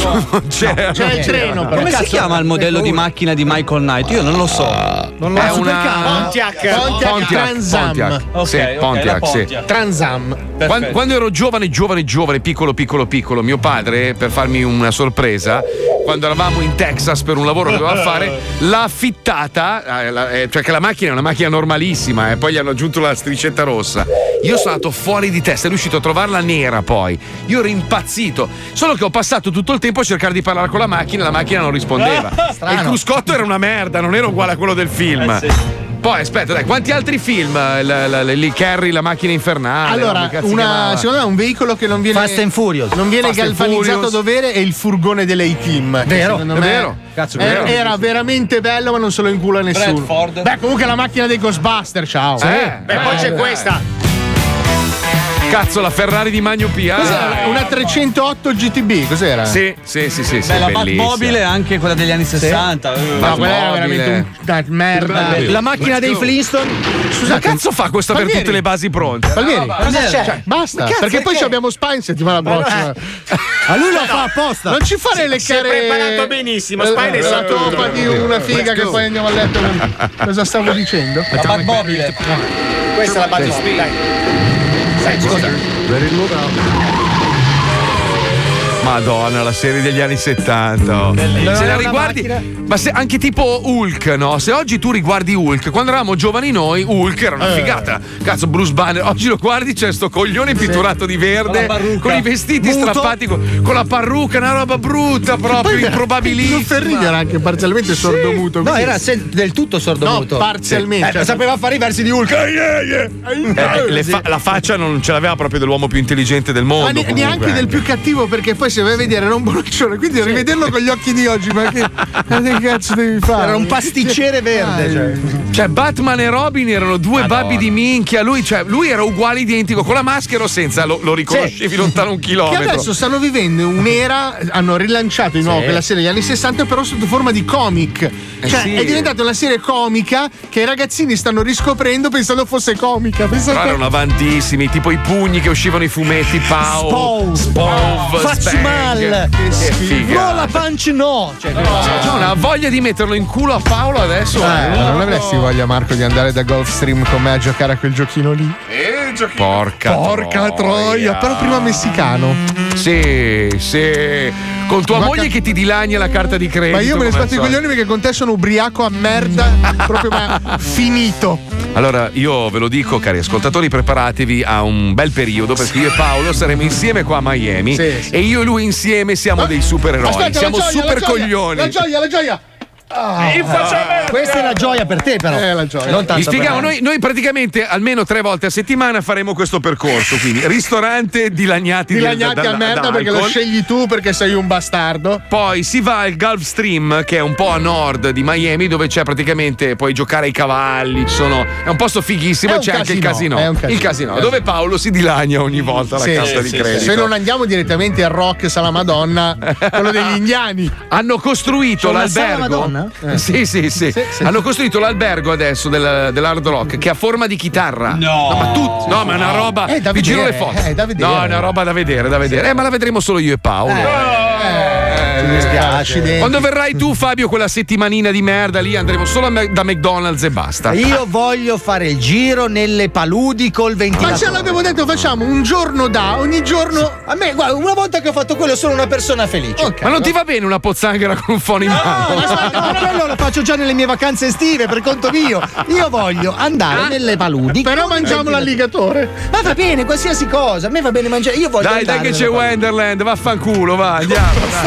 C'è, C'è il treno, però. Come si Cazzo, chiama il modello di uno. macchina di Michael Knight? Io non lo so. Non l'ho È super una- caro. Pontiac, Pontiac, Pontiac Transam. Pontiac. Ok, Sì, ok, Pontiac, la sì. Pontiac. Transam. Quando, quando ero giovane, giovane, giovane, piccolo, piccolo, piccolo, mio padre, per farmi una sorpresa, quando eravamo in Texas per un lavoro che doveva fare, l'ha affittata, eh, la- eh, cioè che la macchina è una macchina normalissima, e poi gli hanno aggiunto la striscetta rossa. Io sono andato fuori di testa, è riuscito a trovarla nera poi. Io ero impazzito. Solo che ho passato tutto il tempo a cercare di parlare con la macchina e la macchina non rispondeva. E il cruscotto era una merda, non era uguale a quello del film. Poi aspetta, dai, quanti altri film? La, la, la, Lee Carrey, La macchina infernale. Allora, come cazzo si una, chiamava? secondo me un veicolo che non viene Fast and Furious. non viene Fast and galvanizzato a Furious. dovere è il furgone dell'A-Team. che Vero, secondo è me vero. Cazzo, è- vero. era veramente bello, ma non se lo incula nessuno. Bradford. Beh, comunque la macchina dei Ghostbuster, ciao. Eh, Beh, eh, poi c'è eh. questa. Cazzo, la Ferrari di Magno Pia. Cos'era? Una trecentotto G T B, cos'era? Sì, sì, sì, sì, sì, Beh, la bellissima. Batmobile è anche quella degli anni sessanta. Eh. No, quella era Batmobile. veramente un- una merda. La macchina dei Flintstone. Scusa, cazzo fa questo per Palmieri. tutte le basi pronte? Palmieri, Cosa c'è? cioè, basta, Cazzo, perché poi perché? ci abbiamo Spine settimana prossima. A lui lo fa apposta. Non ci fare le Si è preparato benissimo, Spine è la stato topa di una figa che poi andiamo a letto. Cosa stavo dicendo? La Batmobile. Questa è la Batmobile, dai. Sai cosa? Madonna, la serie degli anni settanta. Se la riguardi, ma se anche tipo Hulk, no? Se oggi tu riguardi Hulk, quando eravamo giovani noi, Hulk era una Eh. figata. Cazzo, Bruce Banner, oggi lo guardi, c'è sto coglione pitturato di verde, Con la con i vestiti Muto. strappati, con, con la parrucca, una roba brutta proprio, Poi era- improbabilissima. Lo Ferrigno era anche parzialmente sordomuto. No, quindi- era se- del tutto sordomuto. No, parzialmente. Eh, Cioè- sapeva fare i versi di Hulk. Eh, le fa- la faccia non ce l'aveva proprio dell'uomo più intelligente del mondo. Ma ne- comunque, neanche del anche. più cattivo, perché poi se vai a vedere era un bonaccione, quindi rivederlo con gli occhi di oggi, ma che, ma che cazzo devi fare? Era un pasticcere verde. Cioè. Cioè, Batman e Robin erano due Madonna. babbi di minchia. Lui, cioè, lui era uguale identico, con la maschera o senza, lo, lo riconoscevi lontano un Che chilometro. adesso stanno vivendo un'era, hanno rilanciato di nuovo Sì. quella serie degli anni sessanta, però sotto forma di comic. Cioè, sì. è diventata una serie comica che i ragazzini stanno riscoprendo pensando fosse comica. Pensando Però erano avantissimi, tipo i pugni che uscivano i fumetti, Pau, Spov. Spov, Faccio Spang. mal. Che figa. No, la punch no. Cioè, C'ho una voglia di metterlo in culo a Paolo adesso. Eh, eh. non avresti voglia, Marco, di andare da Gulfstream con me a giocare a quel giochino lì? Porca, Porca troia, però prima messicano. Sì, sì. Con tua Ma moglie ca- che ti dilania la carta di credito. Ma io me ne come al sbatto i solito. coglioni perché con te sono ubriaco a merda, proprio ma finito. Allora, io ve lo dico, cari ascoltatori, preparatevi a un bel periodo perché io e Paolo saremo insieme qua a Miami Sì, sì. e io e lui insieme siamo dei supereroi, Aspetta, siamo la gioia, super la gioia, coglioni. La gioia, la gioia. Ah, questa è la gioia per te, però. Eh, la gioia. Non tanto Vi spieghiamo, per me. noi, noi praticamente almeno tre volte a settimana faremo questo percorso, quindi ristorante dilagnati, Dilagnati da- a da- merda da perché lo alcol. scegli tu perché sei un bastardo. Poi si va al Gulfstream, che è un po' a nord di Miami, dove c'è praticamente puoi giocare ai cavalli. Ci sono, è un posto fighissimo. È e un c'è anche il casino, casino. è un casino. Il casino, dove Paolo si dilania ogni volta la Sì, carta sì, di sì, credito. Se non andiamo direttamente al Rock Sala Madonna, quello degli indiani. Hanno costruito C'è una sala l'albergo. Madonna? Eh. Sì, sì, sì, Sì, sì. Hanno costruito l'albergo adesso del, dell'hard rock che ha forma di chitarra. No. ma tu, no, ma è una roba. Eh, da vi giro le vedere, foto. eh, da vedere. No, è una roba da vedere, da vedere. Eh, ma la vedremo solo io e Paolo. Eh, mi dispiace. Accidenti. Quando verrai tu, Fabio, quella settimanina di merda lì, andremo solo a Me- da McDonald's e basta. Io voglio fare il giro nelle paludi col Ma ventilatore. ce l'abbiamo detto, facciamo un giorno da, ogni giorno. A me, guarda, una volta che ho fatto quello sono una persona felice. Ok. Ma non ti va bene una pozzanghera con un fono in mano? No, aspetta, ma quello lo faccio già nelle mie vacanze estive per conto mio. Io voglio andare nelle paludi. Però con il mangiamo ventilatore. l'alligatore. Ma va bene, qualsiasi cosa. A me va bene mangiare. Io voglio Dai, dai, andare che c'è nelle paludi. Wonderland, vaffanculo, va, andiamo.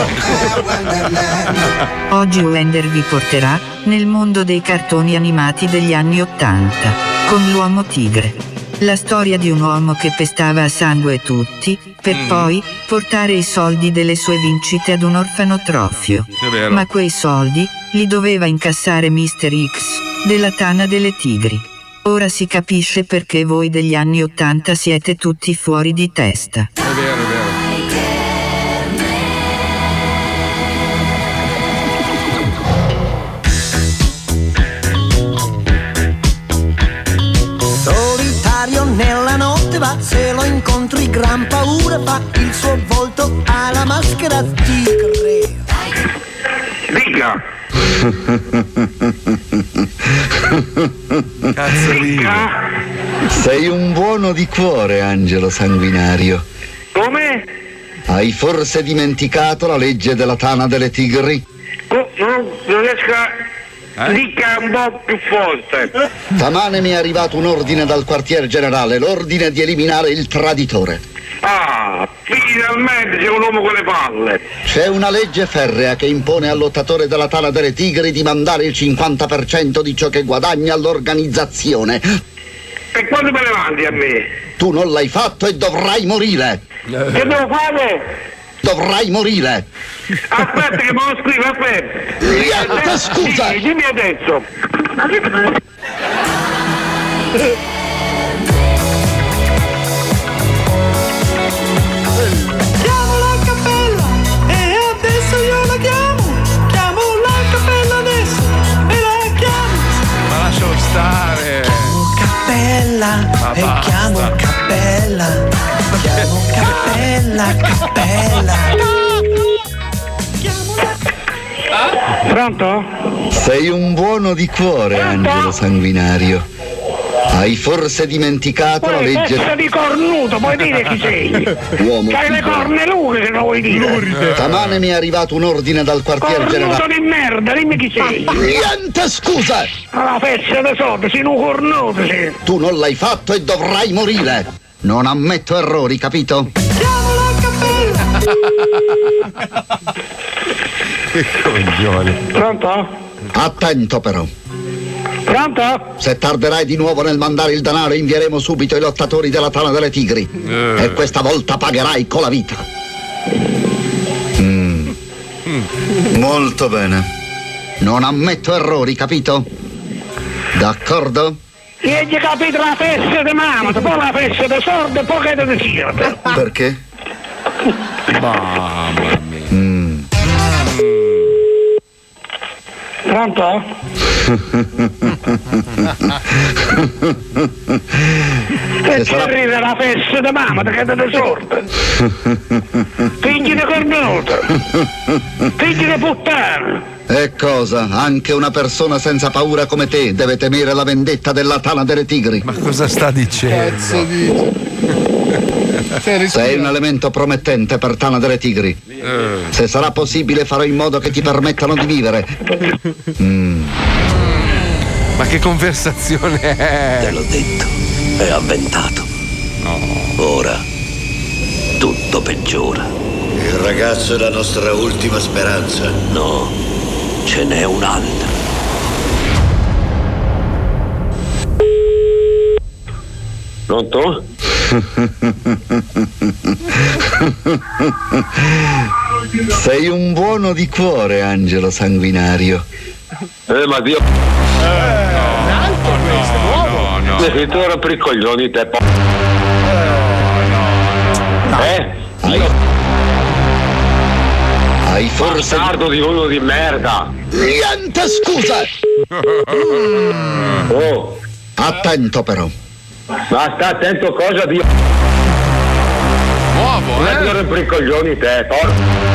Oggi Wender vi porterà nel mondo dei cartoni animati degli anni Ottanta, con l'uomo tigre. La storia di un uomo che pestava a sangue tutti, per Mm. poi portare i soldi delle sue vincite ad un orfanotrofio. È vero. Ma quei soldi li doveva incassare mister X, della Tana delle Tigri. Ora si capisce perché voi degli anni Ottanta siete tutti fuori di testa. È vero, è vero. Solitario nella notte va, se lo incontri gran paura fa, il suo volto ha la maschera tigre. Dica. Cazzo Dica. Sei un buono di cuore, Angelo Sanguinario. Come? Hai forse dimenticato la legge della Tana delle Tigri? Oh, non, non riesco a... Eh? Dica un po' più forte. Stamane mi è arrivato un ordine dal quartier generale, l'ordine di eliminare il traditore. Ah, finalmente c'è un uomo con le palle. C'è una legge ferrea che impone al lottatore della Tana delle Tigri di mandare il cinquanta per cento di ciò che guadagna all'organizzazione. E quando me ne mandi a me? Tu non l'hai fatto e dovrai morire. Che devo fare? Dovrai morire. Aspetta che me lo scrivo, aspetta. Niente, scusa. Sì, dimmi adesso. Chiamo la cappella e adesso io la chiamo. Chiamo la cappella adesso e la chiamo. Ma lascialo stare. Cappella Ma e basta. chiamo cappella. Chiamo cappella, cappella. Pronto? Sei un buono di cuore, Angelo Sanguinario. Hai forse dimenticato la Poi legge? pezzo di cornuto, puoi dire chi sei? Uomo C'hai le corne lunghe che non vuoi dire. Stamane mi è arrivato un ordine dal quartier Cornuto generale. di merda, dimmi chi sei. Niente scusa! La feccia di soldi, sei un cornuto, sì. Tu non l'hai fatto e dovrai morire! Non ammetto errori, capito? Che coglione. Pronto? Attento però. Pronto? Se tarderai di nuovo nel mandare il denaro, invieremo subito i lottatori della Tana delle Tigri. Eh. E questa volta pagherai con la vita. Mm. Molto bene. Non ammetto errori, capito? D'accordo? Si è già capito la fessa di mamma, poi la fessa di sordo e poi che ti sia. Perché? Mamma mia. Mm. Pronto? E ci arriva la fessa di mamma, che ti sordo. Figli di cornuto. Figli di puttana. E cosa? Anche una persona senza paura come te deve temere la vendetta della Tana delle Tigri. Ma cosa sta dicendo? Cazzo Sei un elemento promettente per Tana delle Tigri. Eh. Se sarà possibile farò in modo che ti permettano di vivere. Mm. Ma che conversazione è? Te l'ho detto, è avventato. No. Ora tutto peggiora. Il ragazzo è la nostra ultima speranza. No, ce n'è un'altra. Pronto? Sei un buono di cuore, Angelo Sanguinario. Eh, ma Dio. Eh, l'altro questo, nuovo. No, Sei tu ora per i coglioni, te. po- Eh? Hai, hai forse. Bastardo di uno di merda. Niente scusa! Oh. Attento però. Ma sta attento cosa, Dio. Nuovo, Non è che per i coglioni, te. Porca.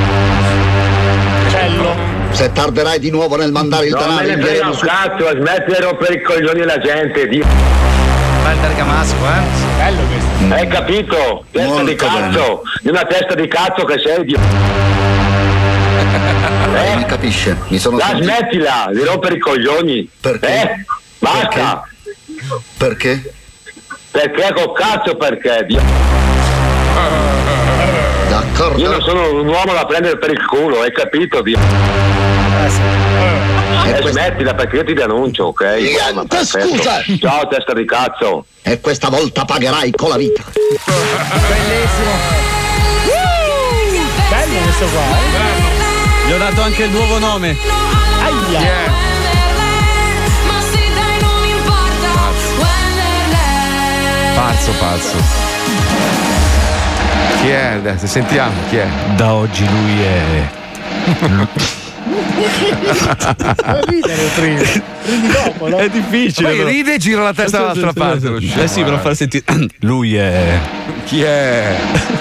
Se tarderai di nuovo nel mandare il Non denaro, me ne frega invieremo un su. cazzo, smetti di rompere i coglioni alla gente, Dio. Bel bergamasco, eh? Bello questo. Hai capito? Testa Molto di cazzo. Di una testa di cazzo che sei, Dio. Lei mi capisce? Mi sono La sentito. smettila di rompere i coglioni. Perché? Eh? Basta. Perché? Perché col cazzo perché, Dio? D'accordo. Io non sono un uomo da prendere per il culo, hai capito, Dio? E smettila perché io ti denuncio, ok? Niente Perfetto. scusa! Ciao testa di cazzo. E questa volta pagherai con la vita. Bellissimo. Bello questo qua, eh? Gli ho dato anche il nuovo nome. Aia. Pazzo, pazzo. Chi è? Adesso sentiamo chi è. Da oggi lui è. Ridere prima. Ridi dopo, no? È difficile. Poi però. ride e gira la testa dall'altra parte. lo scemo, Eh sì, per non eh. far sentire. Lui è. Chi è?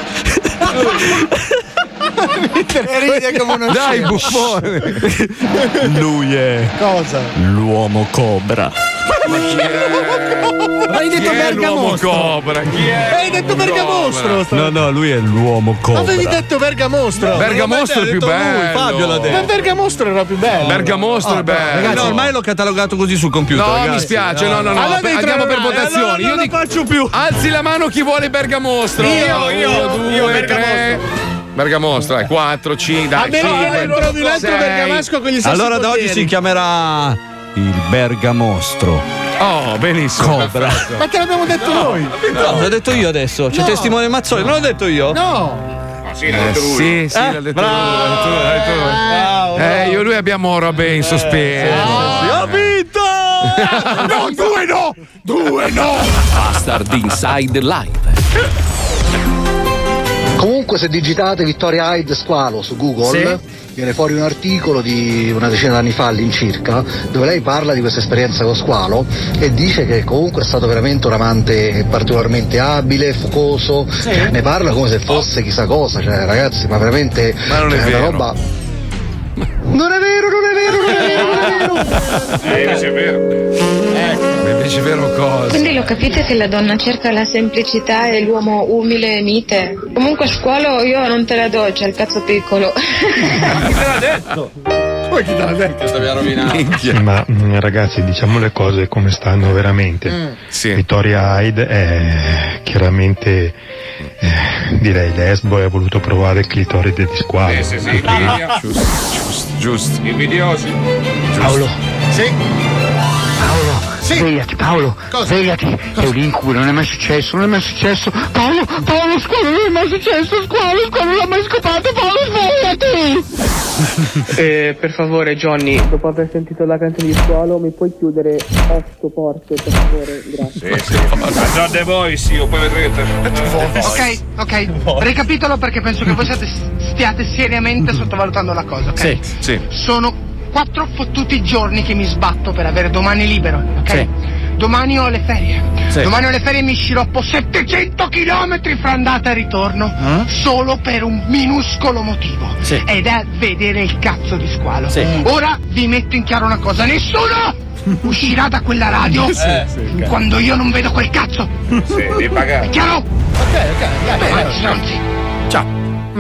Ride come uno Dai, scemo. buffone. Lui è. Cosa? L'uomo cobra. Ma chi è? Hai detto Chi è l'uomo Bergamostro. cobra? Chi è? Hai detto Bergamostro. No, no, lui è l'uomo cobra. Avevi detto Bergamostro. Bergamostro è il più bello. Fabio l'ha Ma detto. Bergamostro era più bello. Bergamostro è bello. Ragazzi, no, ormai l'ho catalogato così sul computer. No, ragazzi. mi spiace, no, no, no. Allora per- devi andiamo per trovare- votazioni. allora non Io lo dico, faccio più. alzi la mano chi vuole Bergamostro. Io, io, Uno, due, io, tre. Bergamostro. Bergamostro, dai, quattro, cinque, A dai, meno che cinque, non trovi un altro sei. bergamasco con gli stessi Allora da oggi poteri. si chiamerà il Bergamostro. Oh, benissimo. Cobra. perfetto. Ma te l'abbiamo detto noi. No, l'ho detto io adesso. C'è No. testimone Mazzoli, non l'ho detto io? No. Eh, sì, sì, Eh, l'ha detto bravo. lui, l'ha detto lui, l'ha detto lui. Bravo, Eh, io e lui abbiamo robe in sospeso. Ho vinto! No, due no. Due no. Bastard Inside Live. Comunque se digitate Vittoria Hyde Squalo su Google viene fuori un articolo di una decina d'anni fa all'incirca dove lei parla di questa esperienza con Squalo e dice che comunque è stato veramente un amante particolarmente abile, focoso, ne parla come se fosse chissà cosa, cioè ragazzi, ma veramente Ma non è una vero. roba. Non è vero, non è vero, non è vero, non è vero. Eh, invece è vero. Ecco. Invece dice vero cosa. Quindi lo capite che la donna cerca la semplicità e l'uomo umile e mite. Comunque a scuola io non te la do, c'è il cazzo piccolo. Chi te l'ha detto? Poi chi te l'ha detto? Ti abbiamo rovinato. Sì, ma mh, ragazzi, diciamo le cose come stanno veramente. Mm. Sì. Vittoria Hyde è chiaramente eh, direi lesbo e ha voluto provare il clitoride di Squalo. Sì, sì, sì. Giusto, giusto, giusto. Invidiosi. Paolo. Sì. Paolo, sì. Svegliati Paolo, Cosa? svegliati, Cosa? è un incubo, non è mai successo, non è mai successo. Paolo, Paolo, Squalo, non è mai successo, Squalo, Squalo non l'ha mai scopato, Paolo, svegliati! Eh, per favore Johnny, dopo aver sentito la canzone di Squalo mi puoi chiudere otto porte per favore, grazie. Sì, sì. Ma già The Voice, io poi vedrete. Ok, ok, ricapitolo perché penso che voi siate, stiate seriamente sottovalutando la cosa, ok? Sì, sì. Sono quattro fottuti giorni che mi sbatto per avere domani libero, ok? Sì. Domani ho le ferie. Sì. Domani ho le ferie e mi sciroppo settecento chilometri fra andata e ritorno Eh? solo per un minuscolo motivo. Sì. Ed è vedere il cazzo di Squalo. Sì. Ora vi metto in chiaro una cosa, nessuno uscirà da quella radio Sì, sì, ok. quando io non vedo quel cazzo. Sì, devi pagare. È chiaro? Ok, ok, dai, Beh, dai, stronzi. Ciao.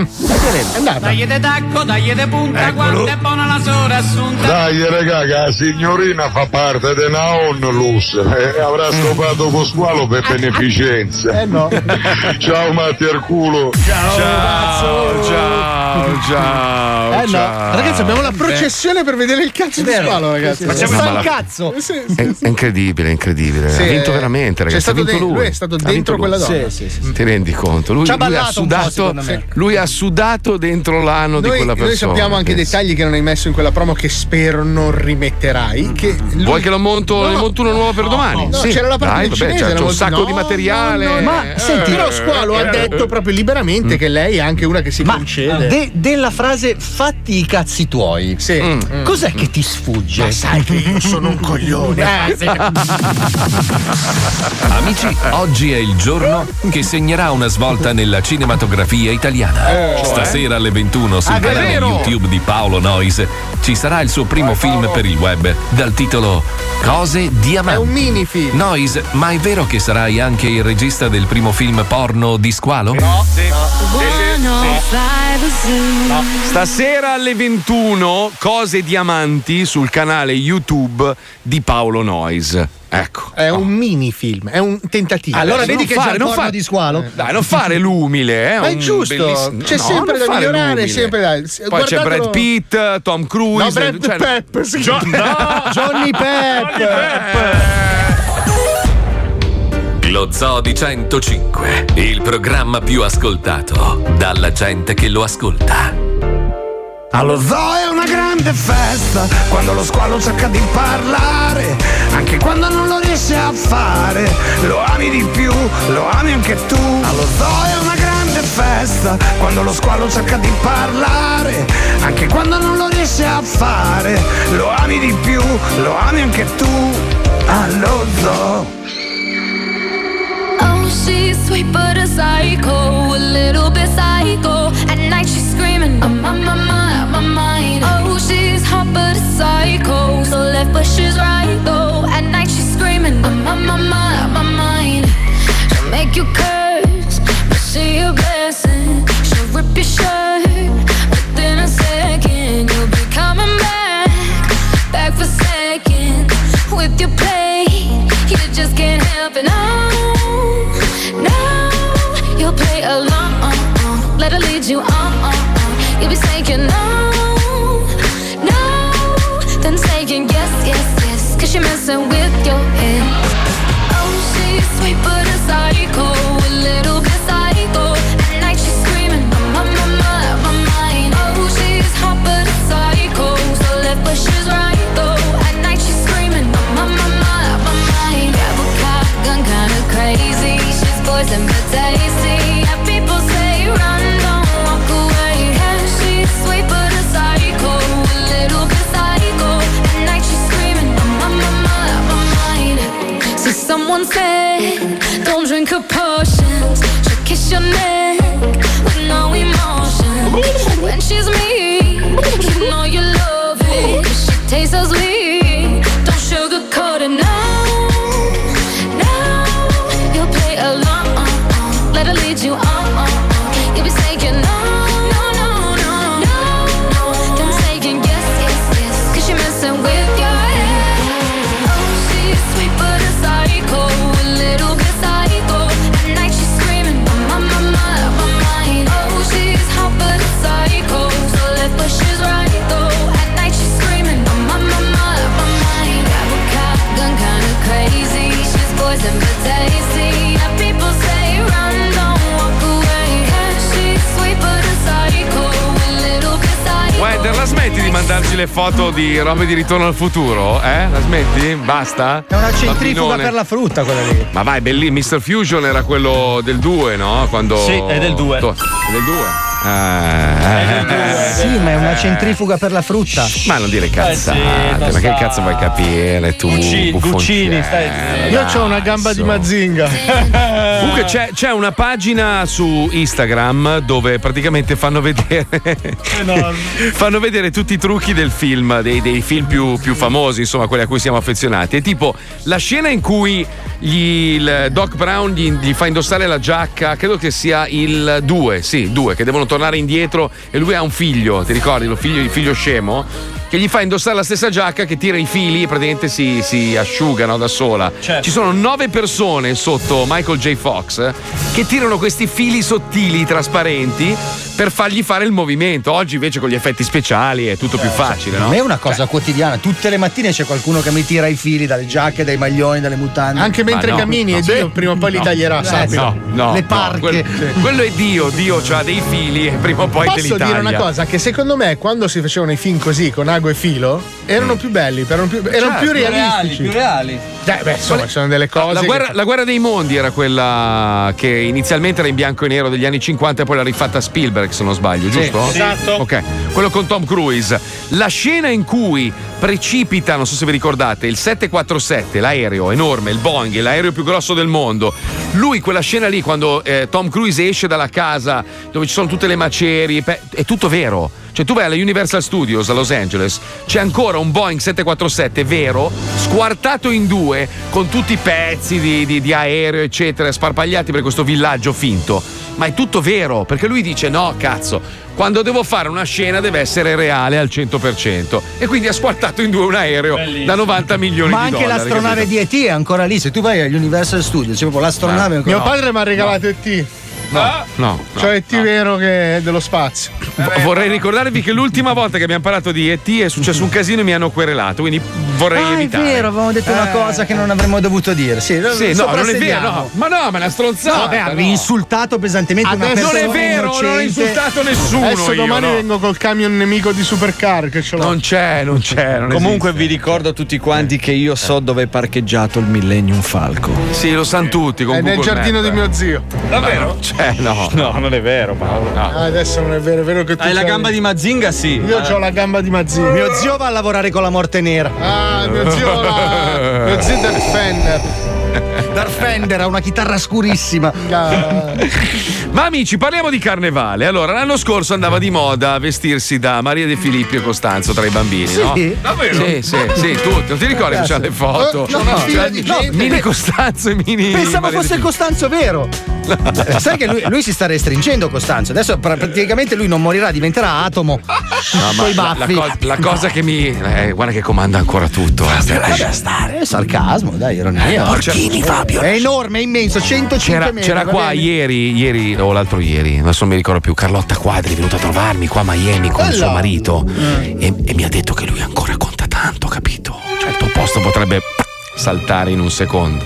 È andata. Dai de tacco, dai de punta, quanto è buona la sora assunta. Dai raga, che la signorina fa parte di una onlus e avrà scopato con Squalo per beneficenza. Eh no. Ciao Matti al culo. Ciao, Ciao, ciao, ciao. Eh no, ciao. ragazzi, abbiamo la processione per vedere il cazzo di Vero. Squalo, ragazzi. Sì, sì, sì. Ma Sta la- il cazzo. Sì, sì, È, sì. è incredibile, incredibile. Sì, ha vinto veramente, c'è ragazzi. stato ha vinto de- lui. lui è stato Ha dentro vinto quella lui. donna. Sì, sì, sì. Ti rendi conto? Lui, Ci ha lui ha ballato un po', sudato, secondo me. lui ha sudato dentro l'ano di Noi, quella noi persona. sappiamo anche pensa. dettagli che non hai messo in quella promo che spero non rimetterai. Che lui- Vuoi che lo monto, No. ne monto uno nuovo per domani? No, sì. c'era la parte Dai, del vabbè, cinese, c'è, c'è era un molto- sacco no, di materiale. no, no. Ma senti, Però Squalo ha detto proprio liberamente che lei è anche una che si Ma concede. de- della frase fatti i cazzi tuoi, Sì. Mm. cos'è che ti sfugge? Ma sai che io sono un coglione. Eh, sì. Amici, oggi è il giorno che segnerà una svolta nella cinematografia italiana. Eh, Stasera alle ventuno sul Ah, canale davvero? YouTube di Paolo Noyes ci sarà il suo primo film per il web dal titolo Cose Diamanti. È un mini film. Noyes, ma è vero che sarai anche il regista del primo film porno di Squalo? No, sì, sì, sì, sì. No. Stasera alle ventuno Cose Diamanti sul canale YouTube di Paolo Noyes. Ecco. È un mini film, è un tentativo. Allora Adesso vedi non che c'è fare, il non porno fare- di Squalo? Dai, non fare l'umile, eh. Ma è un giusto, bellissimo- c'è no, sempre non da fare migliorare, l'umile. sempre da- Poi c'è guardatelo- Brad Pitt, Tom Cruise. No, Brad cioè- Pepp, sì. Gio- no! Johnny Pepp. Lo Zoo di centocinque, il programma più ascoltato dalla gente che lo ascolta. Allo zoo è una grande festa, quando lo squalo cerca di parlare, anche quando non lo riesce a fare, lo ami di più, lo ami anche tu. Allo zoo è una grande festa, quando lo squalo cerca di parlare, anche quando non lo riesce a fare, lo ami di più, lo ami anche tu. Allo zoo. Oh, she's sweet but a psycho, a little bit psycho. At night she's screaming, I'm on my mind, my mind. Oh, she's hot but a psycho, so left but she's right though. At night she's screaming, I'm on my mind, my mind. She'll make you curse, but she a blessing. She'll rip your shirt within a second. You'll be coming back, back for seconds with your play. You just can't help it, no. No, you'll play along, let her lead you on, on, on. You'll be saying no, no, then saying yes, yes, yes, cause you're messing with your head. Oh, she's sweet but a psycho, a little bit psycho. At night she's screaming, I'm on my mind, my mind. Oh, she's hot but a psycho, so left but she's right though. At night she's screaming, I'm on my mind, my mind. Grab a cop gun, kinda crazy. She's poison but tasty. Yeah, people say run, don't walk away. Yeah, she's sweet but a psycho, a little bit psycho. At night she's screaming, I'm on my mind, my mind. So someone said, don't drink le foto di robe di Ritorno al Futuro? Eh? La smetti? Basta? È una centrifuga Bambinone. per la frutta quella lì. Ma vai, bellissimo. mister Fusion era quello del due, no? Quando... Sì, è del due. È del due. Eh, Sì, ma è una centrifuga per la frutta. Ma non dire cazzate, Eh sì, ma che cazzo vuoi capire tu? Guccini, buffoncino? Guccini, stai Eh, Io ho una gamba di cazzo. Mazinga. Comunque c'è, c'è una pagina su Instagram dove praticamente fanno vedere fanno vedere tutti i trucchi del film, dei, dei film più, più famosi, insomma, quelli a cui siamo affezionati. È tipo la scena in cui gli, il Doc Brown gli, gli fa indossare la giacca, credo che sia il due, sì, due, che devono tornare indietro e lui ha un figlio, ti ricordi? Lo figlio, il figlio scemo? Che gli fa indossare la stessa giacca, che tira i fili e praticamente si, si asciugano da sola. Certo. Ci sono nove persone sotto Michael J. Fox che tirano questi fili sottili, trasparenti, per fargli fare il movimento. Oggi invece con gli effetti speciali è tutto più facile, no? Non è una cosa quotidiana. Tutte le mattine c'è qualcuno che mi tira i fili dalle giacche, dai maglioni, dalle mutande. Anche mentre Ma no, cammini, no. e Dio prima o poi li No. taglierà, Eh, sappi. no, no, Le no, parche. quello, quello è Dio. Dio c'ha dei fili e prima o poi te li Posso taglia. dire una cosa? Che secondo me quando si facevano i film così con ago e filo erano più belli, erano più, erano Certo. più Più reali, realistici. più reali. Eh, beh, insomma, sono delle cose. La guerra, che- la guerra dei mondi era quella che inizialmente era in bianco e nero degli anni cinquanta e poi l'ha rifatta Spielberg, se non sbaglio, giusto? Sì, esatto. Ok, quello con Tom Cruise. La scena in cui precipita, non so se vi ricordate, il sette quattro sette, l'aereo enorme, il Boeing, l'aereo più grosso del mondo. Lui, quella scena lì, quando eh, Tom Cruise esce dalla casa dove ci sono tutte le macerie, pe- è tutto vero. Cioè tu vai alla Universal Studios a Los Angeles, c'è ancora un Boeing sette quattro sette vero, squartato in due, con tutti i pezzi di, di- di aereo eccetera, sparpagliati per questo villaggio finto. Ma è tutto vero, perché lui dice no, cazzo, quando devo fare una scena deve essere reale al cento per cento. E quindi ha squartato in due un aereo da novanta milioni Ma di anche dollari. l'astronave capito? di E T è ancora lì. Se tu vai agli Universal Studios, c'è proprio l'astronave ancora. Mio padre mi ha regalato E T. No, no. Cioè E T vero che è dello spazio. V- Vorrei ricordarvi che l'ultima volta che abbiamo parlato di E T è successo un casino e mi hanno querelato, quindi vorrei Ah, è evitare. vero, avevamo detto una cosa che non avremmo dovuto dire. Sì, Sì, no, non è vero, soprassediamo. no. Ma no, ma è una stronzata. No, vabbè, avevi no. insultato pesantemente una Adesso- persona Non è vero, non ho innocente. insultato nessuno. Adesso io, domani no. vengo col camion nemico di Supercar che ce l'ho. Non c'è, non c'è. Non Comunque vi ricordo a tutti quanti che io so dove è parcheggiato il Millennium Falcon. Sì, lo sanno tutti. Con È nel Google giardino Maps. di mio zio. Davvero? C'è, no. No, non è vero, Paolo. Ah, adesso non è vero, è vero che tu Hai la c'hai- gamba di Mazinga, sì. Io ho la gamba di Mazzini. Mio zio va a lavorare con la morte nera. Ah, mio zio la... mio zio è del Fender. Darth Fender ha una chitarra scurissima. Ma amici, parliamo di carnevale. Allora, l'anno scorso andava di moda vestirsi da Maria De Filippi e Costanzo tra i bambini, Sì? no? Davvero? Sì, sì, sì, tutti. Non ti ricordi che c'erano le foto? No, no, C'era no, mini- mini beh, Costanzo e mini. Pensavo Maria De fosse Filippi. Costanzo vero. Sai che lui, lui si sta restringendo, Costanzo. Adesso pra- praticamente lui non morirà, diventerà atomo. No, ma Coi la, la baffi. co- la cosa che mi. Eh, guarda che comanda ancora tutto. eh, stai Lascia attento. stare, è sarcasmo, dai, ironia. No, c'era- Fabio. È enorme, è immenso, centocinque C'era, metri. c'era va qua bene? ieri, ieri o l'altro ieri, adesso non mi ricordo più, Carlotta Quadri è venuta a trovarmi qua a Miami con suo marito e, e mi ha detto che lui ancora conta tanto, capito? Cioè il tuo posto potrebbe saltare in un secondo.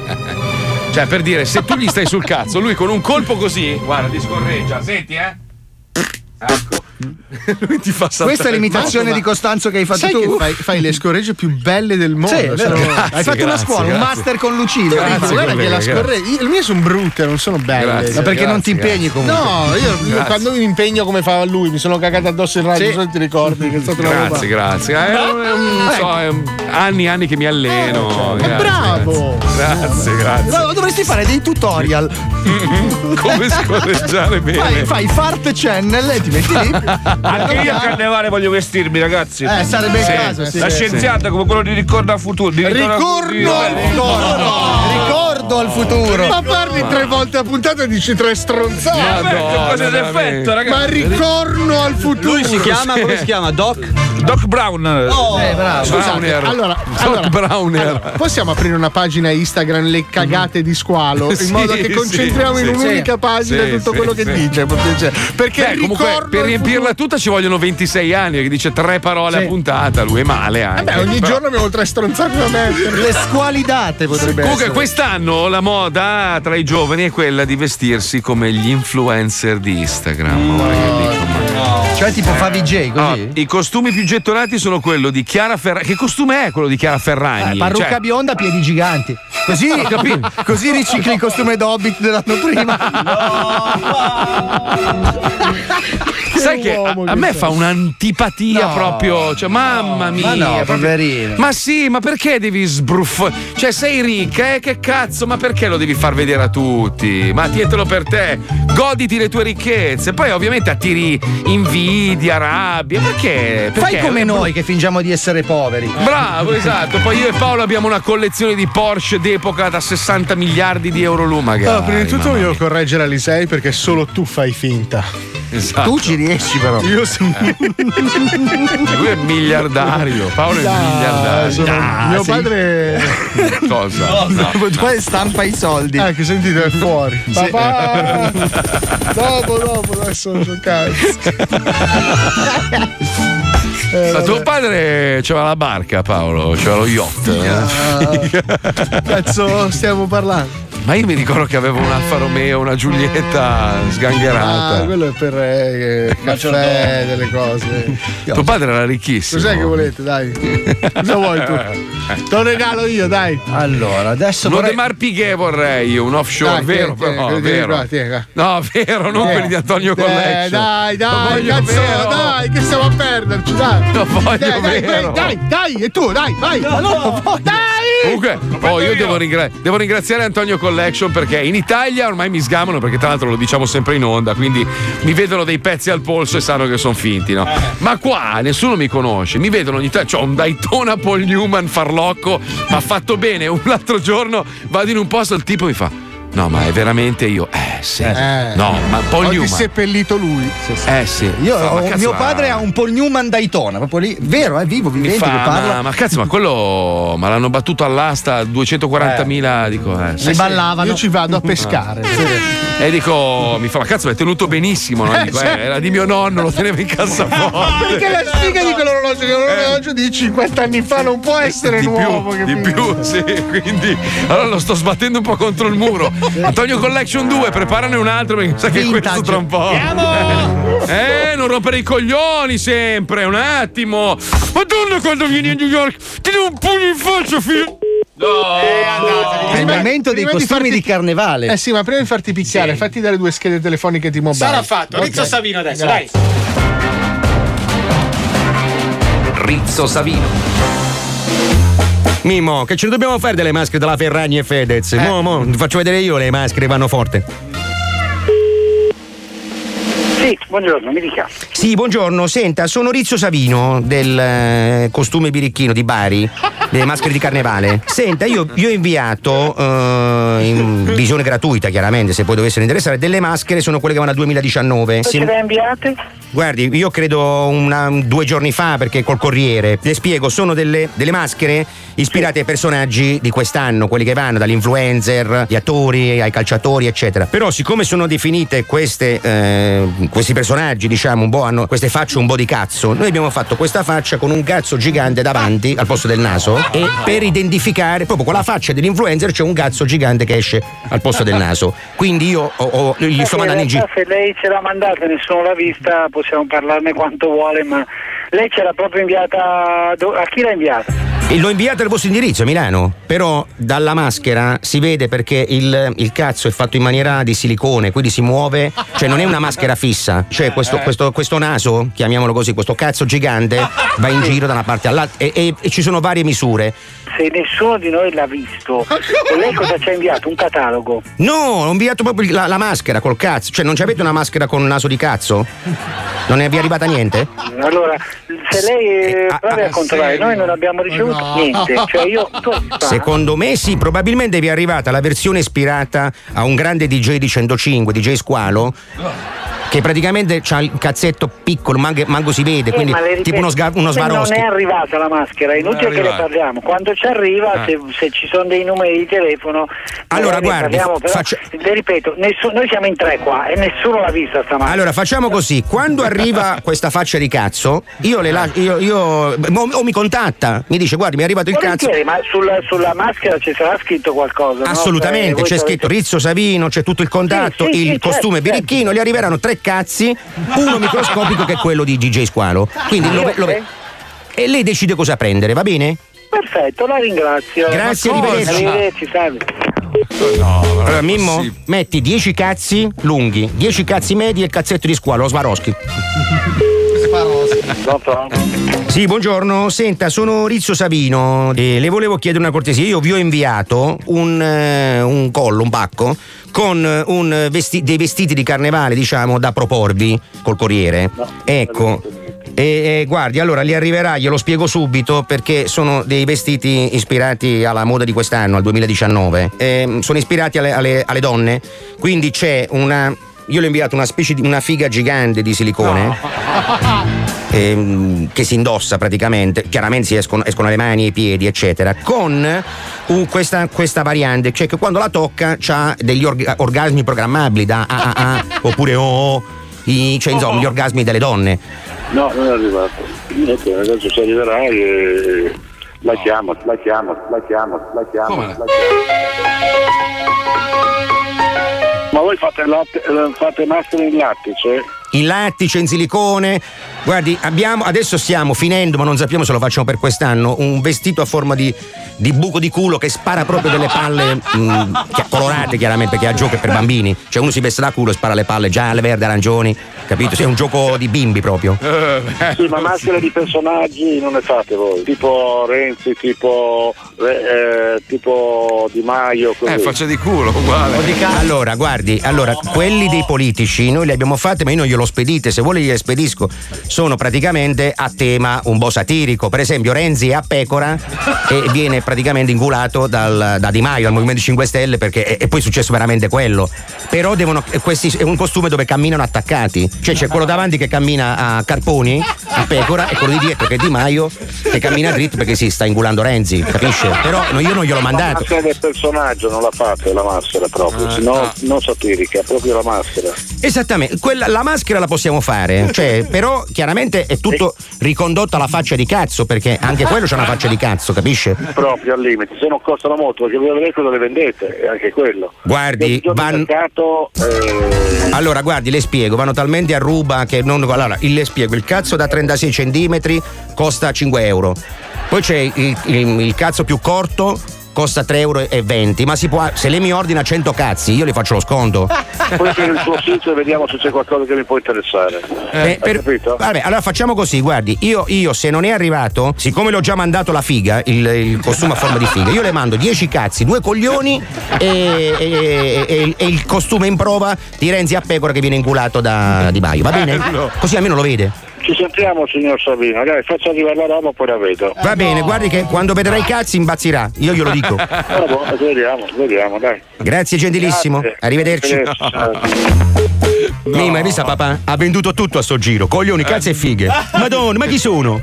Cioè per dire, se tu gli stai sul cazzo, lui con un colpo così, guarda, ti scorreggia, senti eh? Ecco. Lui ti fa saltare. Questa è l'imitazione Ma- di Costanzo che hai fatto Sai tu? che fai, fai le scorregge più belle del mondo. Sì, è vero. sono- Grazie, hai fatto una grazie, scuola, un grazie. master con Lucino. Grazie, Guarda che collega, la grazie. scorreggia. io- Le mie sono brutte, non sono belle. Grazie. Ma perché non ti Grazie, impegni comunque? No, io, io Grazie. quando mi impegno come fa lui, mi sono cagato addosso in radio, Sì. non so se ti ricordi che è stata una roba. Grazie, grazie. Eh, non so, è un- anni e anni che mi alleno. È Grazie, bravo! Grazie, grazie. No, dovresti fare dei tutorial. Come scorreggiare bene. Fai, fai fart channel e ti metti lì. Anche io a carnevale voglio vestirmi, ragazzi. Eh, sarebbe il Sì. caso. Sì. La scienziata come quello di Ricordo al futuro. Di Ritorno al Ricordo al futuro. futuro! Ricordo al futuro. Ma parli tre volte a puntata e dici tre stronzate. Madonna, Cosa d'effetto, veramente. ragazzi. Ma ricorno al futuro! Lui si chiama, come si chiama? Doc? Doc Brown. Oh, Eh, bravo. Scusate, Browner. allora, Doc allora, Browner. allora, possiamo aprire una pagina Instagram, le cagate di squalo, in Sì, modo che sì, concentriamo in sì, un'unica sì. pagina Sì, tutto sì, quello che sì. dice. per piacere. Perché Beh, comunque, ricordo per al riempirla tutta ci vogliono ventisei anni, che dice tre parole Sì. a puntata. Lui è male anche. Beh, ogni Però- giorno abbiamo tre stronzate da mettere. Le squalidate potrebbe Comunque, essere. quest'anno la moda tra i giovani è quella di vestirsi come gli influencer di Instagram. Ora che dico, ma- Cioè tipo Favij, così? No, i costumi più gettonati sono quello di Chiara Ferragni. Che costume è quello di Chiara Ferragni? Eh, parrucca Cioè... bionda, piedi giganti. Così, così ricicli il costume d'Hobbit dell'anno prima. Sai che a, a me fa un'antipatia No, proprio, cioè mamma mia, ma no, proprio- poverino. ma sì, ma perché devi sbruffare? Cioè sei ricca, eh, che cazzo, ma perché lo devi far vedere a tutti? Ma tientelo per te, goditi le tue ricchezze, poi ovviamente attiri invidia, rabbia, perché? Fai Perché? come noi che fingiamo di essere poveri. Bravo, esatto. Poi io e Paolo abbiamo una collezione di Porsche d'epoca da sessanta miliardi di euro l'uno, magari. Allora, prima di tutto mamma voglio mia. correggere Alisei perché solo tu fai finta. Esatto. Tu ci riesci però. Io sono. Lui è miliardario, Paolo è miliardario. sono- Ah, mio sì. padre. Cosa? No, No. Poi stampa i soldi. Eh, che sentite è fuori. Sì. Papà! Dopo, dopo, adesso non so cazzo. Eh, Ma vabbè. tuo padre c'aveva la barca, Paolo, c'aveva lo yacht. eh? Cazzo, stiamo parlando. Ma io mi ricordo che avevo un Alfa Romeo, una Giulietta sgangherata. Ah, quello è per eh, caffè, delle cose. Tuo padre era ricchissimo. Cos'è che volete, dai? Cosa vuoi tu? Te lo regalo io, dai. Allora, adesso Uno vorrei... De Marpighe vorrei io, un offshore, Dai, vero tieni, tieni, però, quelli di vero. qua, tieni qua. No, vero, non Eh. quelli di Antonio Eh, Collection. dai, Lo dai, voglio cazzo, vero. dai, che stiamo a perderci, dai. Lo voglio dai, dai, vero. dai, dai, dai, e tu, dai, vai. Ma no, dai! Comunque, oh, io devo, ringra- devo ringraziare Antonio Collection perché in Italia ormai mi sgamano, perché tra l'altro lo diciamo sempre in onda, quindi mi vedono dei pezzi al polso e sanno che sono finti, no? Ma qua nessuno mi conosce, mi vedono ogni tanto, c'ho un Daytona Paul Newman farlocco, ma fatto bene. Un l'altro giorno vado in un posto, il tipo mi fa: no, ma è veramente io? Eh sì. Eh. No, ma Paul Ho Newman. seppellito lui. Eh sì. Io Fa, ho- ma cazzo, mio ma- padre ha un Paul Newman Daytona, proprio lì, vero, è vivo, Mi vivente fa, che parla. ma, ma cazzo, ma quello ma l'hanno battuto all'asta duecentoquarantamila, dico, eh. Si ballavano. Io ci vado a pescare. E dico, mi fa, ma cazzo, è tenuto benissimo, no? Eh, Dico, sì. eh, era di mio nonno, lo teneva in cassaforte. Perché la sfiga di quell'orologio, che l'orologio di cinquanta anni fa non può essere di nuovo. più, capito? di più, sì, quindi allora lo sto sbattendo un po' contro il muro. Antonio Collection due, preparane un altro perché sa che Vintage. questo tra un po'. Eh, non rompere i coglioni sempre, un attimo. Madonna, quando vieni a New York ti do un pugno in faccia, figlio. È il momento dei prima di costumi farti- di carnevale. Eh sì, ma prima di farti picchiare, fatti dare due schede telefoniche di mobile. Sarà fatto. Rizzo Ok. Savino adesso, Grazie. dai. Rizzo Savino. Mimmo, che ce ne dobbiamo fare delle maschere della Ferragni e Fedez? Mo, mo, ti faccio vedere io le maschere, vanno forte. Sì, buongiorno, mi dica. Sì, buongiorno, senta, sono Rizzo Savino del eh, costume birichino di Bari, delle maschere di carnevale. Senta, io, io ho inviato eh, in visione gratuita, chiaramente, se poi dovessero interessare, delle maschere, sono quelle che vanno al duemiladiciannove. Dove Se- ce le ha inviate? Guardi, io credo una, due giorni fa, perché col Corriere. Le spiego, sono delle, delle maschere ispirate ai personaggi di quest'anno, quelli che vanno dall'influencer, gli attori, ai calciatori, eccetera. Però, siccome sono definite queste, eh, questi personaggi, diciamo, un po' hanno queste facce un po' di cazzo, noi abbiamo fatto questa faccia con un cazzo gigante davanti al posto del naso, e per identificare, proprio con la faccia dell'influencer c'è un cazzo gigante che esce al posto del naso. Quindi io ho, ho- gli sto In mandando in giro. realtà, se lei ce l'ha mandata e nessuno l'ha vista, possiamo parlarne quanto vuole, ma lei ce l'ha proprio inviata. do- A chi l'ha inviata? E l'ho inviato al vostro indirizzo a Milano, però dalla maschera si vede perché il, il cazzo è fatto in maniera di silicone, quindi si muove, cioè non è una maschera fissa, cioè questo, questo, questo naso, chiamiamolo così, questo cazzo gigante va in giro da una parte all'altra e, e- e ci sono varie misure. Se nessuno di noi l'ha visto, e lei cosa ci ha inviato? Un catalogo? No, ho inviato proprio la, la maschera col cazzo, cioè non ci avete una maschera con un naso di cazzo? Non è vi è arrivata niente? Allora, se lei eh, ah, provi ah, a controllare, noi non abbiamo ricevuto niente, cioè io tu hai visto? Secondo me sì, probabilmente vi è arrivata la versione ispirata a un grande D J di centocinque, D J Squalo, che praticamente c'ha il cazzetto piccolo, manco, manco si vede, Eh, quindi ma le ripeto, tipo uno, sga- uno se Swarovski. non è arrivata la maschera, è inutile Non è che ne arrivata. parliamo. Quando ci arriva, Ah. se, se ci sono dei numeri di telefono, Allora, magari ne guardi, parliamo, però, faccio- le ripeto, nessu- noi siamo in tre qua e nessuno l'ha vista sta maschera. Allora facciamo così, quando arriva questa faccia di cazzo, io le lascio, io, io o, o mi contatta, mi dice guardi mi è arrivato il cazzo. Volentieri, ma sulla, sulla maschera ci sarà scritto qualcosa? no? Assolutamente, Cioè, voi c'è sapete- scritto Rizzo Savino, c'è tutto il contatto, Sì, sì, il sì, costume certo, birichino, gli arriveranno tre cazzi, uno microscopico che è quello di D J Squalo. Quindi lo, lo, e lei decide cosa prendere, va bene? Perfetto, la ringrazio. Grazie, arrivederci. Arrivederci, salve. No, allora, Mimmo, sì. metti dieci cazzi lunghi, dieci cazzi medi e il cazzetto di Squalo, lo Swarovski. Sì, buongiorno. Senta, sono Rizzo Savino e le volevo chiedere una cortesia. Io vi ho inviato un, uh, un collo, un pacco con un vesti- dei vestiti di carnevale, diciamo, da proporvi col Corriere. No, ecco. E, e guardi, allora li arriverà, glielo spiego subito, perché sono dei vestiti ispirati alla moda di quest'anno, al duemiladiciannove. E sono ispirati alle, alle, alle donne, quindi c'è una. Io le ho inviato una specie di una figa gigante di silicone. No. ehm, che si indossa praticamente, chiaramente si escono, escono le mani e i piedi, eccetera, con uh, questa, questa variante, cioè che quando la tocca c'ha degli orga- orgasmi programmabili da A A A oppure O O, i, cioè insomma gli orgasmi delle donne. No, non è arrivato. Niente, adesso ci arriverai e la chiamo, la chiamo, la chiamo, la chiamo, la chiamo. Ma voi fate, latte, fate maschere in lattice? In lattice, in silicone. Guardi, abbiamo, adesso stiamo finendo, ma non sappiamo se lo facciamo per quest'anno, un vestito a forma di, di buco di culo che spara proprio delle palle mh, colorate, chiaramente, perché è a gioco per bambini. Cioè uno si veste da culo e spara le palle gialle, verdi, arancioni, capito? Sì, è un gioco di bimbi proprio. Sì, ma maschere di personaggi non ne fate voi? Tipo Renzi, tipo eh, tipo Di Maio, così. Eh, faccia di culo, uguale. Allora, guardi, allora, quelli dei politici noi li abbiamo fatti, ma io non glielo spedite, se vuole gliele spedisco. Sono praticamente a tema un po' satirico. Per esempio Renzi è a pecora e viene praticamente ingulato dal, da Di Maio al Movimento cinque Stelle, perché è, è poi successo veramente quello. Però devono, questi, è un costume dove camminano attaccati, cioè c'è quello davanti che cammina a carponi, a pecora, e quello di dietro che è Di Maio che cammina dritto perché si sta ingulando Renzi, capisce? Però no, io non gliel'ho mandato. La maschera del personaggio non la fate, la maschera proprio, ah, no, ah. non satirica, proprio la maschera. Esattamente, quella, la maschera la possiamo fare, cioè, però chiaramente è tutto ricondotto alla faccia di cazzo, perché anche quello c'è una faccia di cazzo, capisce? Proprio al limite, se non costano molto, perché voi vedete cosa le vendete, è anche quello. Guardi, van... mercato, eh... allora guardi, le spiego, vanno talmente a ruba che non. Allora, le spiego, il cazzo da trentasei centimetri costa cinque euro, poi c'è il, il, il cazzo più corto, costa tre euro e venti, ma si può, se lei mi ordina cento cazzi io le faccio lo sconto. Poi per il suo sito vediamo se c'è qualcosa che mi può interessare. Eh, per, capito? Vabbè, allora facciamo così, guardi, io, io se non è arrivato, siccome l'ho già mandato la figa, il, il costume a forma di figa, io le mando dieci cazzi, due coglioni e, e, e, e il costume in prova di Renzi a pecora che viene inculato da Di Maio, va bene? Così almeno lo vede. Ci sentiamo, signor Savino, dai, faccio arrivare la roba, poi la vedo. Va bene, guardi che quando vedrà i cazzi impazzirà, io glielo dico. Ah, boh, vediamo, vediamo, dai. Grazie gentilissimo, Grazie. Arrivederci. Arrivederci. No. Mi, ma hai visto papà? Ha venduto tutto a sto giro, coglioni, cazzi e fighe. Madonna, ma chi sono?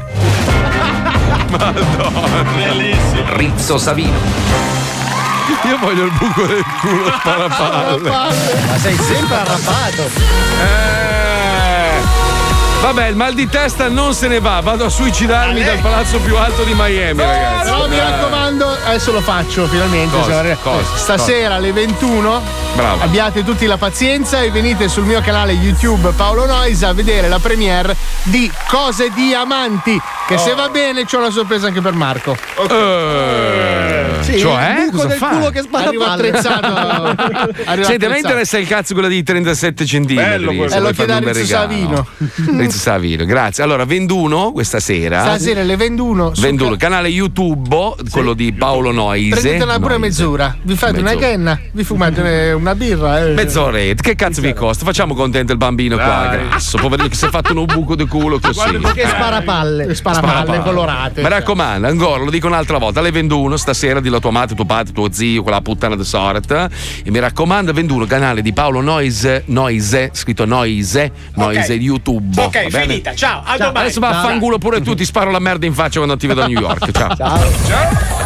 Madonna, bellissimo. Rizzo Savino. Io voglio il buco del culo sparapalle. Ma sei sempre arrabbiato. Eh. Vabbè, il mal di testa non se ne va, vado a suicidarmi dal palazzo più alto di Miami, ragazzi. Però mi raccomando, adesso lo faccio finalmente. Cosa? Cosa? Stasera Cosa? alle ventuno. Bravo. Abbiate tutti la pazienza e venite sul mio canale YouTube Paolo Noise a vedere la premiere di Cose di Amanti. Che oh. se va bene c'ho una sorpresa anche per Marco. Okay. Uh, sì, cioè, il buco del fa? culo che spara arriva attrezzato. Senti, a me interessa il cazzo quella di trentasette centimetri. Bello quello. Se lo vuoi chiede a farmi un Rizzo regalo. Savino. Rizzo Savino, grazie. Allora, ventuno questa sera. Stasera alle ventuno. ventuno, canale YouTube, sì. quello di Paolo Noise. Prendetela pure Noise. mezz'ora. Vi fate mezz'ora. una canna, vi fumate una birra. Eh. Mezz'oretta, che cazzo vi costa? Facciamo contento il bambino Dai. qua, grasso, poverino che si è fatto un buco di culo così. Che sparapalle. Sparapalle colorate. Mi raccomando, ancora, lo dico un'altra volta, alle ventuno stasera dillo a tua madre, tuo padre, tuo zio, quella puttana di sorta. E mi raccomando, ventuno, canale di Paolo Noise, Noise, scritto Noise, Noise Okay. YouTube. Ok, finita, ciao, a domani. Adesso va a fanculo pure tu, ti sparo la merda in faccia quando ti vedo a New York. Ciao. Ciao. Ciao.